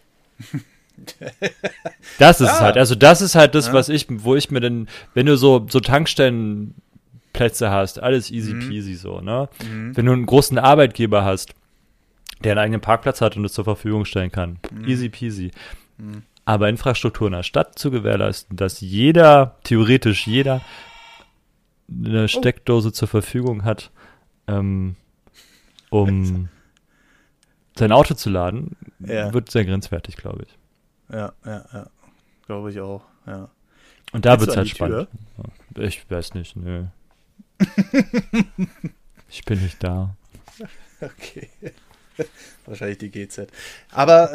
Das ist es halt. Also das ist halt das, wo ich mir dann, wenn du so Tankstellenplätze hast, alles easy peasy so, ne? Wenn du einen großen Arbeitgeber hast, der einen eigenen Parkplatz hat und es zur Verfügung stellen kann, easy peasy. Aber Infrastruktur in der Stadt zu gewährleisten, dass theoretisch jeder eine Steckdose zur Verfügung hat, um sein Auto zu laden, wird sehr grenzwertig, glaube ich. Ja. Glaube ich auch, ja. Und da wird es halt spannend. Tür? Ich weiß nicht, nö. Ich bin nicht da. Okay. Wahrscheinlich die GZ. Aber,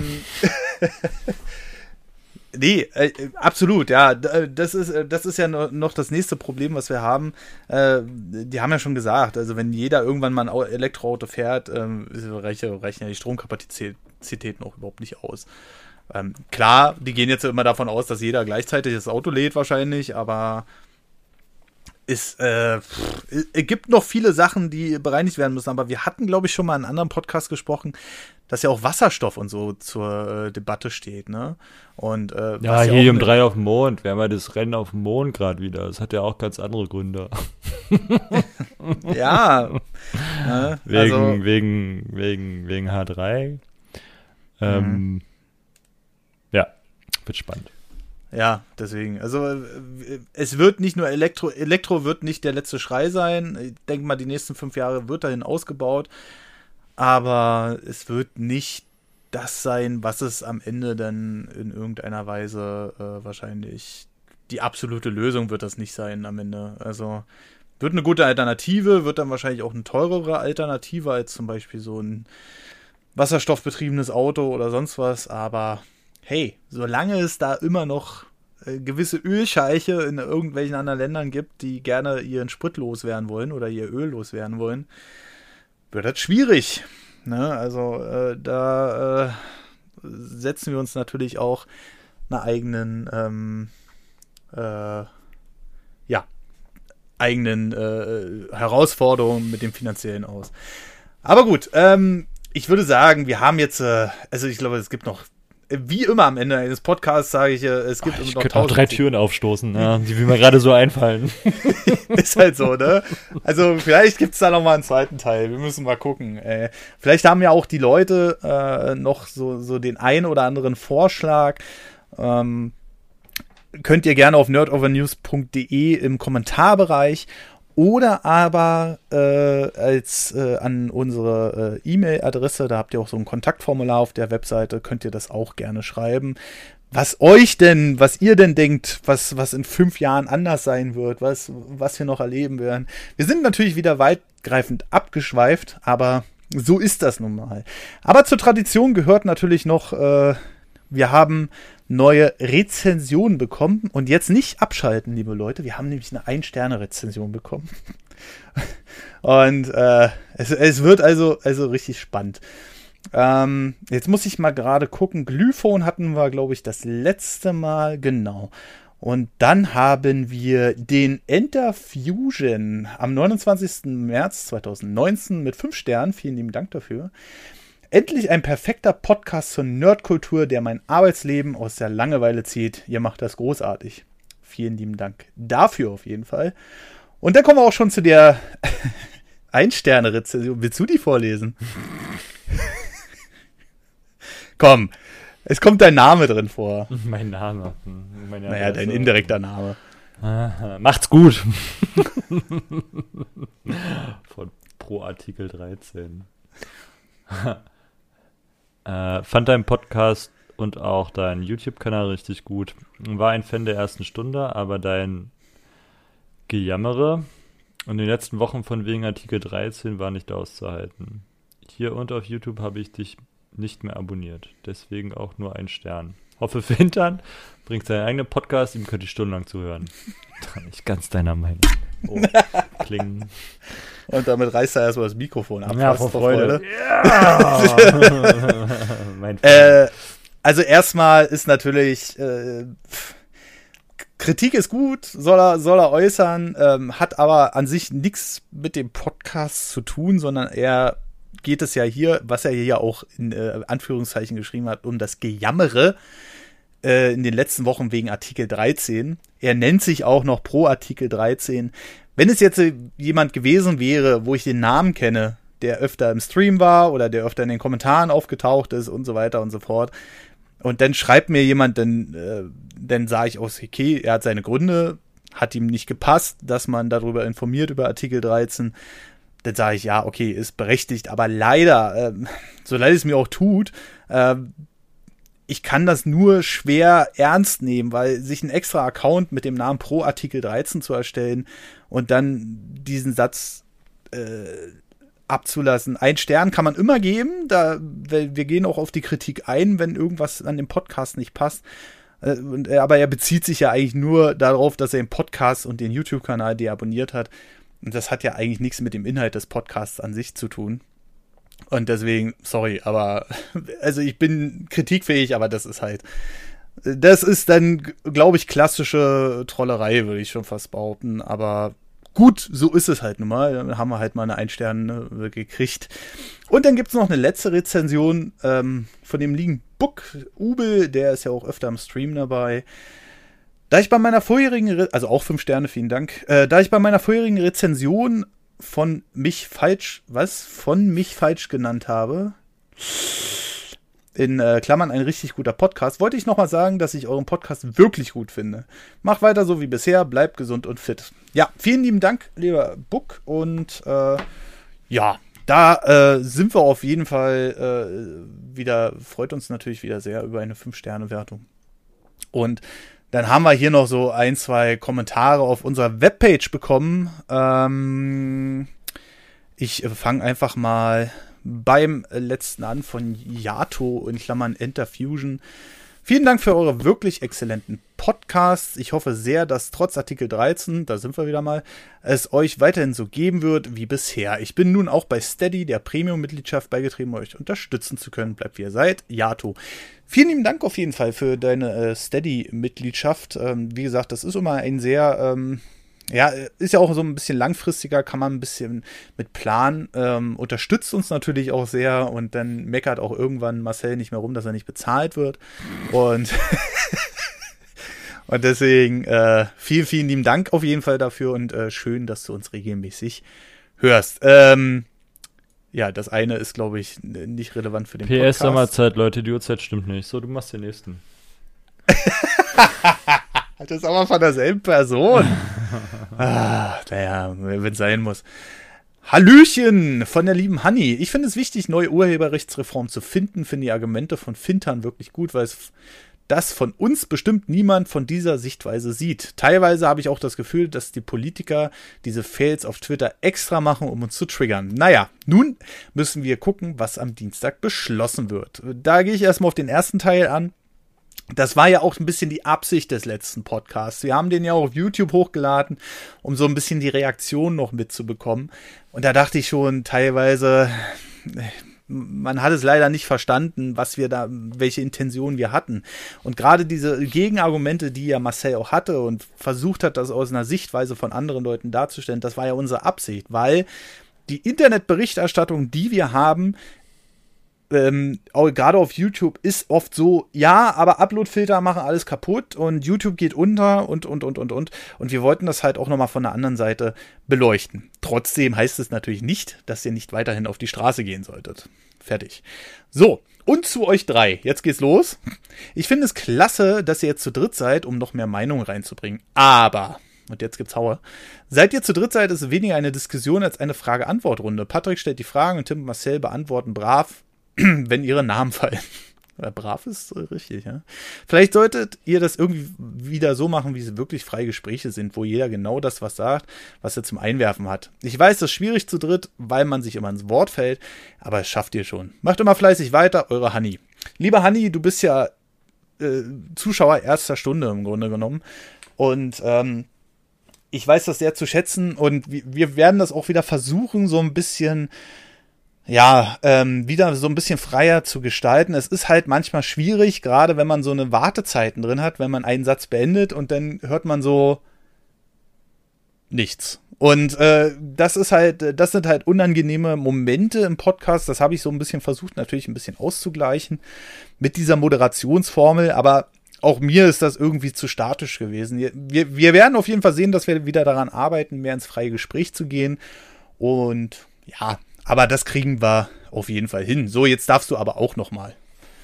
nee, absolut, ja. Das ist ja noch das nächste Problem, was wir haben. Die haben ja schon gesagt, also wenn jeder irgendwann mal ein Elektroauto fährt, reichen ja die Stromkapazitäten auch überhaupt nicht aus. Klar, die gehen jetzt immer davon aus, dass jeder gleichzeitig das Auto lädt wahrscheinlich, aber es gibt noch viele Sachen, die bereinigt werden müssen, aber wir hatten, glaube ich, schon mal in einem anderen Podcast gesprochen, dass ja auch Wasserstoff und so zur Debatte steht, ne? Und ja, Helium-3 auf dem Mond, wir haben ja das Rennen auf dem Mond gerade wieder, das hat ja auch ganz andere Gründe. Ja. Wegen H3. Ja, wird spannend. Ja, deswegen. Also es wird nicht nur Elektro wird nicht der letzte Schrei sein. Ich denke mal, die nächsten 5 Jahre wird dahin ausgebaut. Aber es wird nicht das sein, was es am Ende dann in irgendeiner Weise wahrscheinlich die absolute Lösung wird das nicht sein am Ende. Also wird eine gute Alternative, wird dann wahrscheinlich auch eine teurere Alternative als zum Beispiel so ein wasserstoffbetriebenes Auto oder sonst was. Aber hey, solange es da immer noch gewisse Ölscheiche in irgendwelchen anderen Ländern gibt, die gerne ihren Sprit loswerden wollen oder ihr Öl loswerden wollen, wird das schwierig. Ne? Also da setzen wir uns natürlich auch einer eigenen Herausforderungen mit dem Finanziellen aus. Aber gut, ich würde sagen, wir haben jetzt, also ich glaube, es gibt noch, wie immer am Ende eines Podcasts sage ich, es gibt ich könnte noch 3 Türen aufstoßen, ja, die mir gerade so einfallen. Ist halt so, ne? Also vielleicht gibt es da noch mal einen zweiten Teil. Wir müssen mal gucken. Vielleicht haben ja auch die Leute noch so den ein oder anderen Vorschlag. Könnt ihr gerne auf nerdovernews.de im Kommentarbereich oder aber an unsere E-Mail-Adresse, da habt ihr auch so ein Kontaktformular auf der Webseite, könnt ihr das auch gerne schreiben. Was ihr denn denkt, was in 5 Jahren anders sein wird, was wir noch erleben werden. Wir sind natürlich wieder weitgreifend abgeschweift, aber so ist das nun mal. Aber zur Tradition gehört natürlich noch, wir haben neue Rezensionen bekommen und jetzt nicht abschalten, liebe Leute. Wir haben nämlich eine 1-Sterne-Rezension bekommen. Und es wird also richtig spannend. Jetzt muss ich mal gerade gucken. Glyphon hatten wir, glaube ich, das letzte Mal. Genau. Und dann haben wir den Enter Fusion am 29. März 2019 mit 5 Sternen. Vielen lieben Dank dafür. Endlich ein perfekter Podcast zur Nerdkultur, der mein Arbeitsleben aus der Langeweile zieht. Ihr macht das großartig. Vielen lieben Dank dafür auf jeden Fall. Und dann kommen wir auch schon zu der Ein-Sterne-Rezension. Willst du die vorlesen? Komm. Es kommt dein Name drin vor. Mein Name. Naja, dein indirekter Name. Macht's gut. Von Pro Artikel 13. Fand deinen Podcast und auch deinen YouTube-Kanal richtig gut. War ein Fan der ersten Stunde, aber dein Gejammere und den letzten Wochen von wegen Artikel 13 war nicht auszuhalten. Hier und auf YouTube habe ich dich nicht mehr abonniert. Deswegen auch nur 1 Stern. Hoffe, Fintern bringt seinen eigenen Podcast, ihm könnte ich stundenlang zuhören. Nicht ganz deiner Meinung. Oh, klingen. Und damit reißt er erstmal das Mikrofon ab. Ja, vor Freude. Ja. Also erstmal ist natürlich Kritik ist gut, soll er äußern, hat aber an sich nichts mit dem Podcast zu tun, sondern eher geht es ja hier, was er hier ja auch in Anführungszeichen geschrieben hat, um das Gejammere in den letzten Wochen wegen Artikel 13. Er nennt sich auch noch Pro Artikel 13. Wenn es jetzt jemand gewesen wäre, wo ich den Namen kenne, der öfter im Stream war oder der öfter in den Kommentaren aufgetaucht ist und so weiter und so fort, und dann schreibt mir jemand, dann sage ich auch, okay, er hat seine Gründe, hat ihm nicht gepasst, dass man darüber informiert, über Artikel 13, dann sage ich, ja, okay, ist berechtigt, aber leider, so leid es mir auch tut, ich kann das nur schwer ernst nehmen, weil sich ein extra Account mit dem Namen Pro Artikel 13 zu erstellen und dann diesen Satz abzulassen. 1 Stern kann man immer geben, wir gehen auch auf die Kritik ein, wenn irgendwas an dem Podcast nicht passt. Aber er bezieht sich ja eigentlich nur darauf, dass er den Podcast und den YouTube-Kanal deabonniert hat. Und das hat ja eigentlich nichts mit dem Inhalt des Podcasts an sich zu tun. Und deswegen, sorry, aber also ich bin kritikfähig, aber das ist dann, glaube ich, klassische Trollerei, würde ich schon fast behaupten. Aber gut, so ist es halt nun mal. Dann haben wir halt mal eine 1 Stern gekriegt. Und dann gibt es noch eine letzte Rezension von dem lieben Book Ubel, der ist ja auch öfter im Stream dabei. Da ich bei meiner vorherigen, also auch 5 Sterne, vielen Dank, da ich bei meiner vorherigen Rezension von mich falsch genannt habe, in Klammern ein richtig guter Podcast, wollte ich nochmal sagen, dass ich euren Podcast wirklich gut finde. Macht weiter so wie bisher, bleibt gesund und fit. Ja, vielen lieben Dank, lieber Book, und ja, da sind wir auf jeden Fall wieder, freut uns natürlich wieder sehr über eine 5-Sterne-Wertung. Und dann haben wir hier noch so 1, 2 Kommentare auf unserer Webpage bekommen. Ich fange einfach mal beim letzten an von Yato in Klammern Enter Fusion. Vielen Dank für eure wirklich exzellenten Podcasts. Ich hoffe sehr, dass trotz Artikel 13, da sind wir wieder mal, es euch weiterhin so geben wird wie bisher. Ich bin nun auch bei Steady, der Premium-Mitgliedschaft, beigetreten, euch unterstützen zu können. Bleibt wie ihr seid. Yato. Vielen lieben Dank auf jeden Fall für deine Steady-Mitgliedschaft. Wie gesagt, das ist immer ein sehr, ist ja auch so ein bisschen langfristiger, kann man ein bisschen mit planen. Unterstützt uns natürlich auch sehr, und dann meckert auch irgendwann Marcel nicht mehr rum, dass er nicht bezahlt wird. Und und deswegen vielen, vielen lieben Dank auf jeden Fall dafür, und schön, dass du uns regelmäßig hörst. Ja, das eine ist, glaube ich, nicht relevant für den Podcast. PS Sommerzeit, Leute, die Uhrzeit stimmt nicht. So, du machst den nächsten. Das ist aber von derselben Person. Naja, wenn es sein muss. Hallöchen von der lieben Hanni. Ich finde es wichtig, neue Urheberrechtsreformen zu finden. Finde die Argumente von Fintern wirklich gut, weil es das von uns bestimmt niemand von dieser Sichtweise sieht. Teilweise habe ich auch das Gefühl, dass die Politiker diese Fails auf Twitter extra machen, um uns zu triggern. Naja, nun müssen wir gucken, was am Dienstag beschlossen wird. Da gehe ich erstmal auf den ersten Teil an. Das war ja auch ein bisschen die Absicht des letzten Podcasts. Wir haben den ja auch auf YouTube hochgeladen, um so ein bisschen die Reaktion noch mitzubekommen. Und da dachte ich schon teilweise, man hat es leider nicht verstanden, welche Intention wir hatten. Und gerade diese Gegenargumente, die ja Marcel auch hatte und versucht hat, das aus einer Sichtweise von anderen Leuten darzustellen, das war ja unsere Absicht, weil die Internetberichterstattung, die wir haben, gerade auf YouTube, ist oft so, ja, aber Uploadfilter machen alles kaputt und YouTube geht unter und. Und wir wollten das halt auch nochmal von der anderen Seite beleuchten. Trotzdem heißt es natürlich nicht, dass ihr nicht weiterhin auf die Straße gehen solltet. Fertig. So, und zu euch drei. Jetzt geht's los. Ich finde es klasse, dass ihr jetzt zu dritt seid, um noch mehr Meinung reinzubringen. Aber, und jetzt gibt's Haue, seit ihr zu dritt seid, ist es weniger eine Diskussion als eine Frage-Antwort-Runde. Patrick stellt die Fragen und Tim und Marcel beantworten brav, wenn ihre Namen fallen. Brav ist richtig, ja. Vielleicht solltet ihr das irgendwie wieder so machen, wie sie wirklich freie Gespräche sind, wo jeder genau das was sagt, was er zum Einwerfen hat. Ich weiß, das ist schwierig zu dritt, weil man sich immer ins Wort fällt, aber es schafft ihr schon. Macht immer fleißig weiter, eure Hanni. Lieber Hanni, du bist ja Zuschauer erster Stunde im Grunde genommen und ich weiß das sehr zu schätzen und wir werden das auch wieder versuchen, so ein bisschen wieder so ein bisschen freier zu gestalten. Es ist halt manchmal schwierig, gerade wenn man so eine Wartezeiten drin hat, wenn man einen Satz beendet und dann hört man so nichts. Und das sind halt unangenehme Momente im Podcast. Das habe ich so ein bisschen versucht, natürlich ein bisschen auszugleichen mit dieser Moderationsformel, aber auch mir ist das irgendwie zu statisch gewesen. Wir werden auf jeden Fall sehen, dass wir wieder daran arbeiten, mehr ins freie Gespräch zu gehen. Und ja, aber das kriegen wir auf jeden Fall hin. So, jetzt darfst du aber auch noch mal.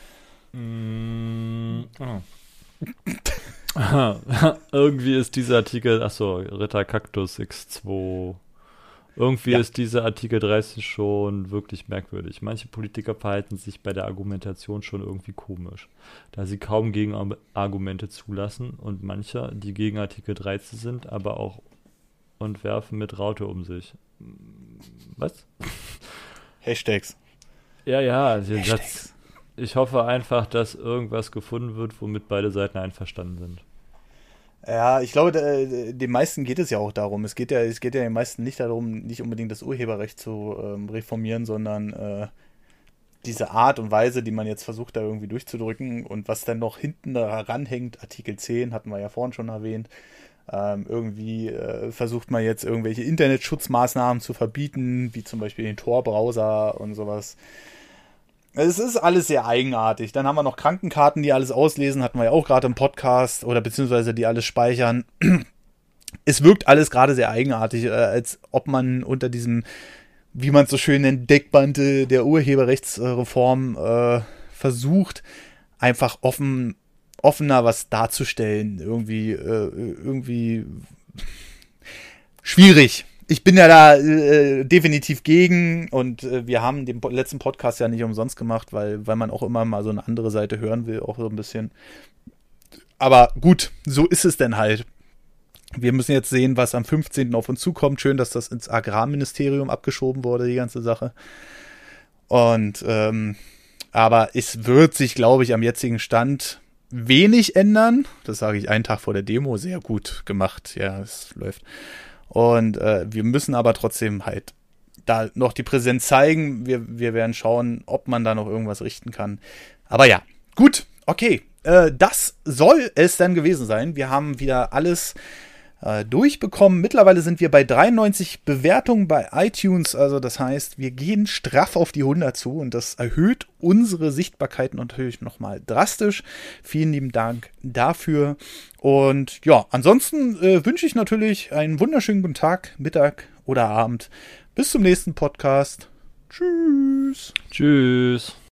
Irgendwie ist dieser Artikel, Ritter Kaktus X2. Irgendwie ist dieser Artikel 30 schon wirklich merkwürdig. Manche Politiker verhalten sich bei der Argumentation schon irgendwie komisch, da sie kaum Gegenargumente zulassen und manche, die gegen Artikel 13 sind, aber auch und werfen mit Raute um sich. Was? Hashtags. Ja, Hashtags. Ich hoffe einfach, dass irgendwas gefunden wird, womit beide Seiten einverstanden sind. Ja, ich glaube, den meisten geht es ja auch darum. Es geht ja den meisten nicht darum, nicht unbedingt das Urheberrecht zu reformieren, sondern diese Art und Weise, die man jetzt versucht, da irgendwie durchzudrücken und was dann noch hinten daran hängt, Artikel 10, hatten wir ja vorhin schon erwähnt, irgendwie versucht man jetzt irgendwelche Internetschutzmaßnahmen zu verbieten, wie zum Beispiel den Tor-Browser und sowas. Es ist alles sehr eigenartig. Dann haben wir noch Krankenkarten, die alles auslesen, hatten wir ja auch gerade im Podcast, oder beziehungsweise die alles speichern. Es wirkt alles gerade sehr eigenartig, als ob man unter diesem, wie man es so schön nennt, Deckmantel der Urheberrechtsreform versucht, einfach offener was darzustellen. Irgendwie schwierig. Ich bin ja da definitiv gegen und wir haben den letzten Podcast ja nicht umsonst gemacht, weil man auch immer mal so eine andere Seite hören will, auch so ein bisschen. Aber gut, so ist es denn halt. Wir müssen jetzt sehen, was am 15. auf uns zukommt. Schön, dass das ins Agrarministerium abgeschoben wurde, die ganze Sache. Und aber es wird sich, glaube ich, am jetzigen Stand wenig ändern. Das sage ich einen Tag vor der Demo. Sehr gut gemacht. Ja, es läuft. Und wir müssen aber trotzdem halt da noch die Präsenz zeigen. Wir werden schauen, ob man da noch irgendwas richten kann. Aber ja, gut, okay. Das soll es dann gewesen sein. Wir haben wieder alles durchbekommen. Mittlerweile sind wir bei 93 Bewertungen bei iTunes. Also das heißt, wir gehen straff auf die 100 zu und das erhöht unsere Sichtbarkeit natürlich nochmal drastisch. Vielen lieben Dank dafür. Und ja, ansonsten wünsche ich natürlich einen wunderschönen guten Tag, Mittag oder Abend. Bis zum nächsten Podcast. Tschüss. Tschüss.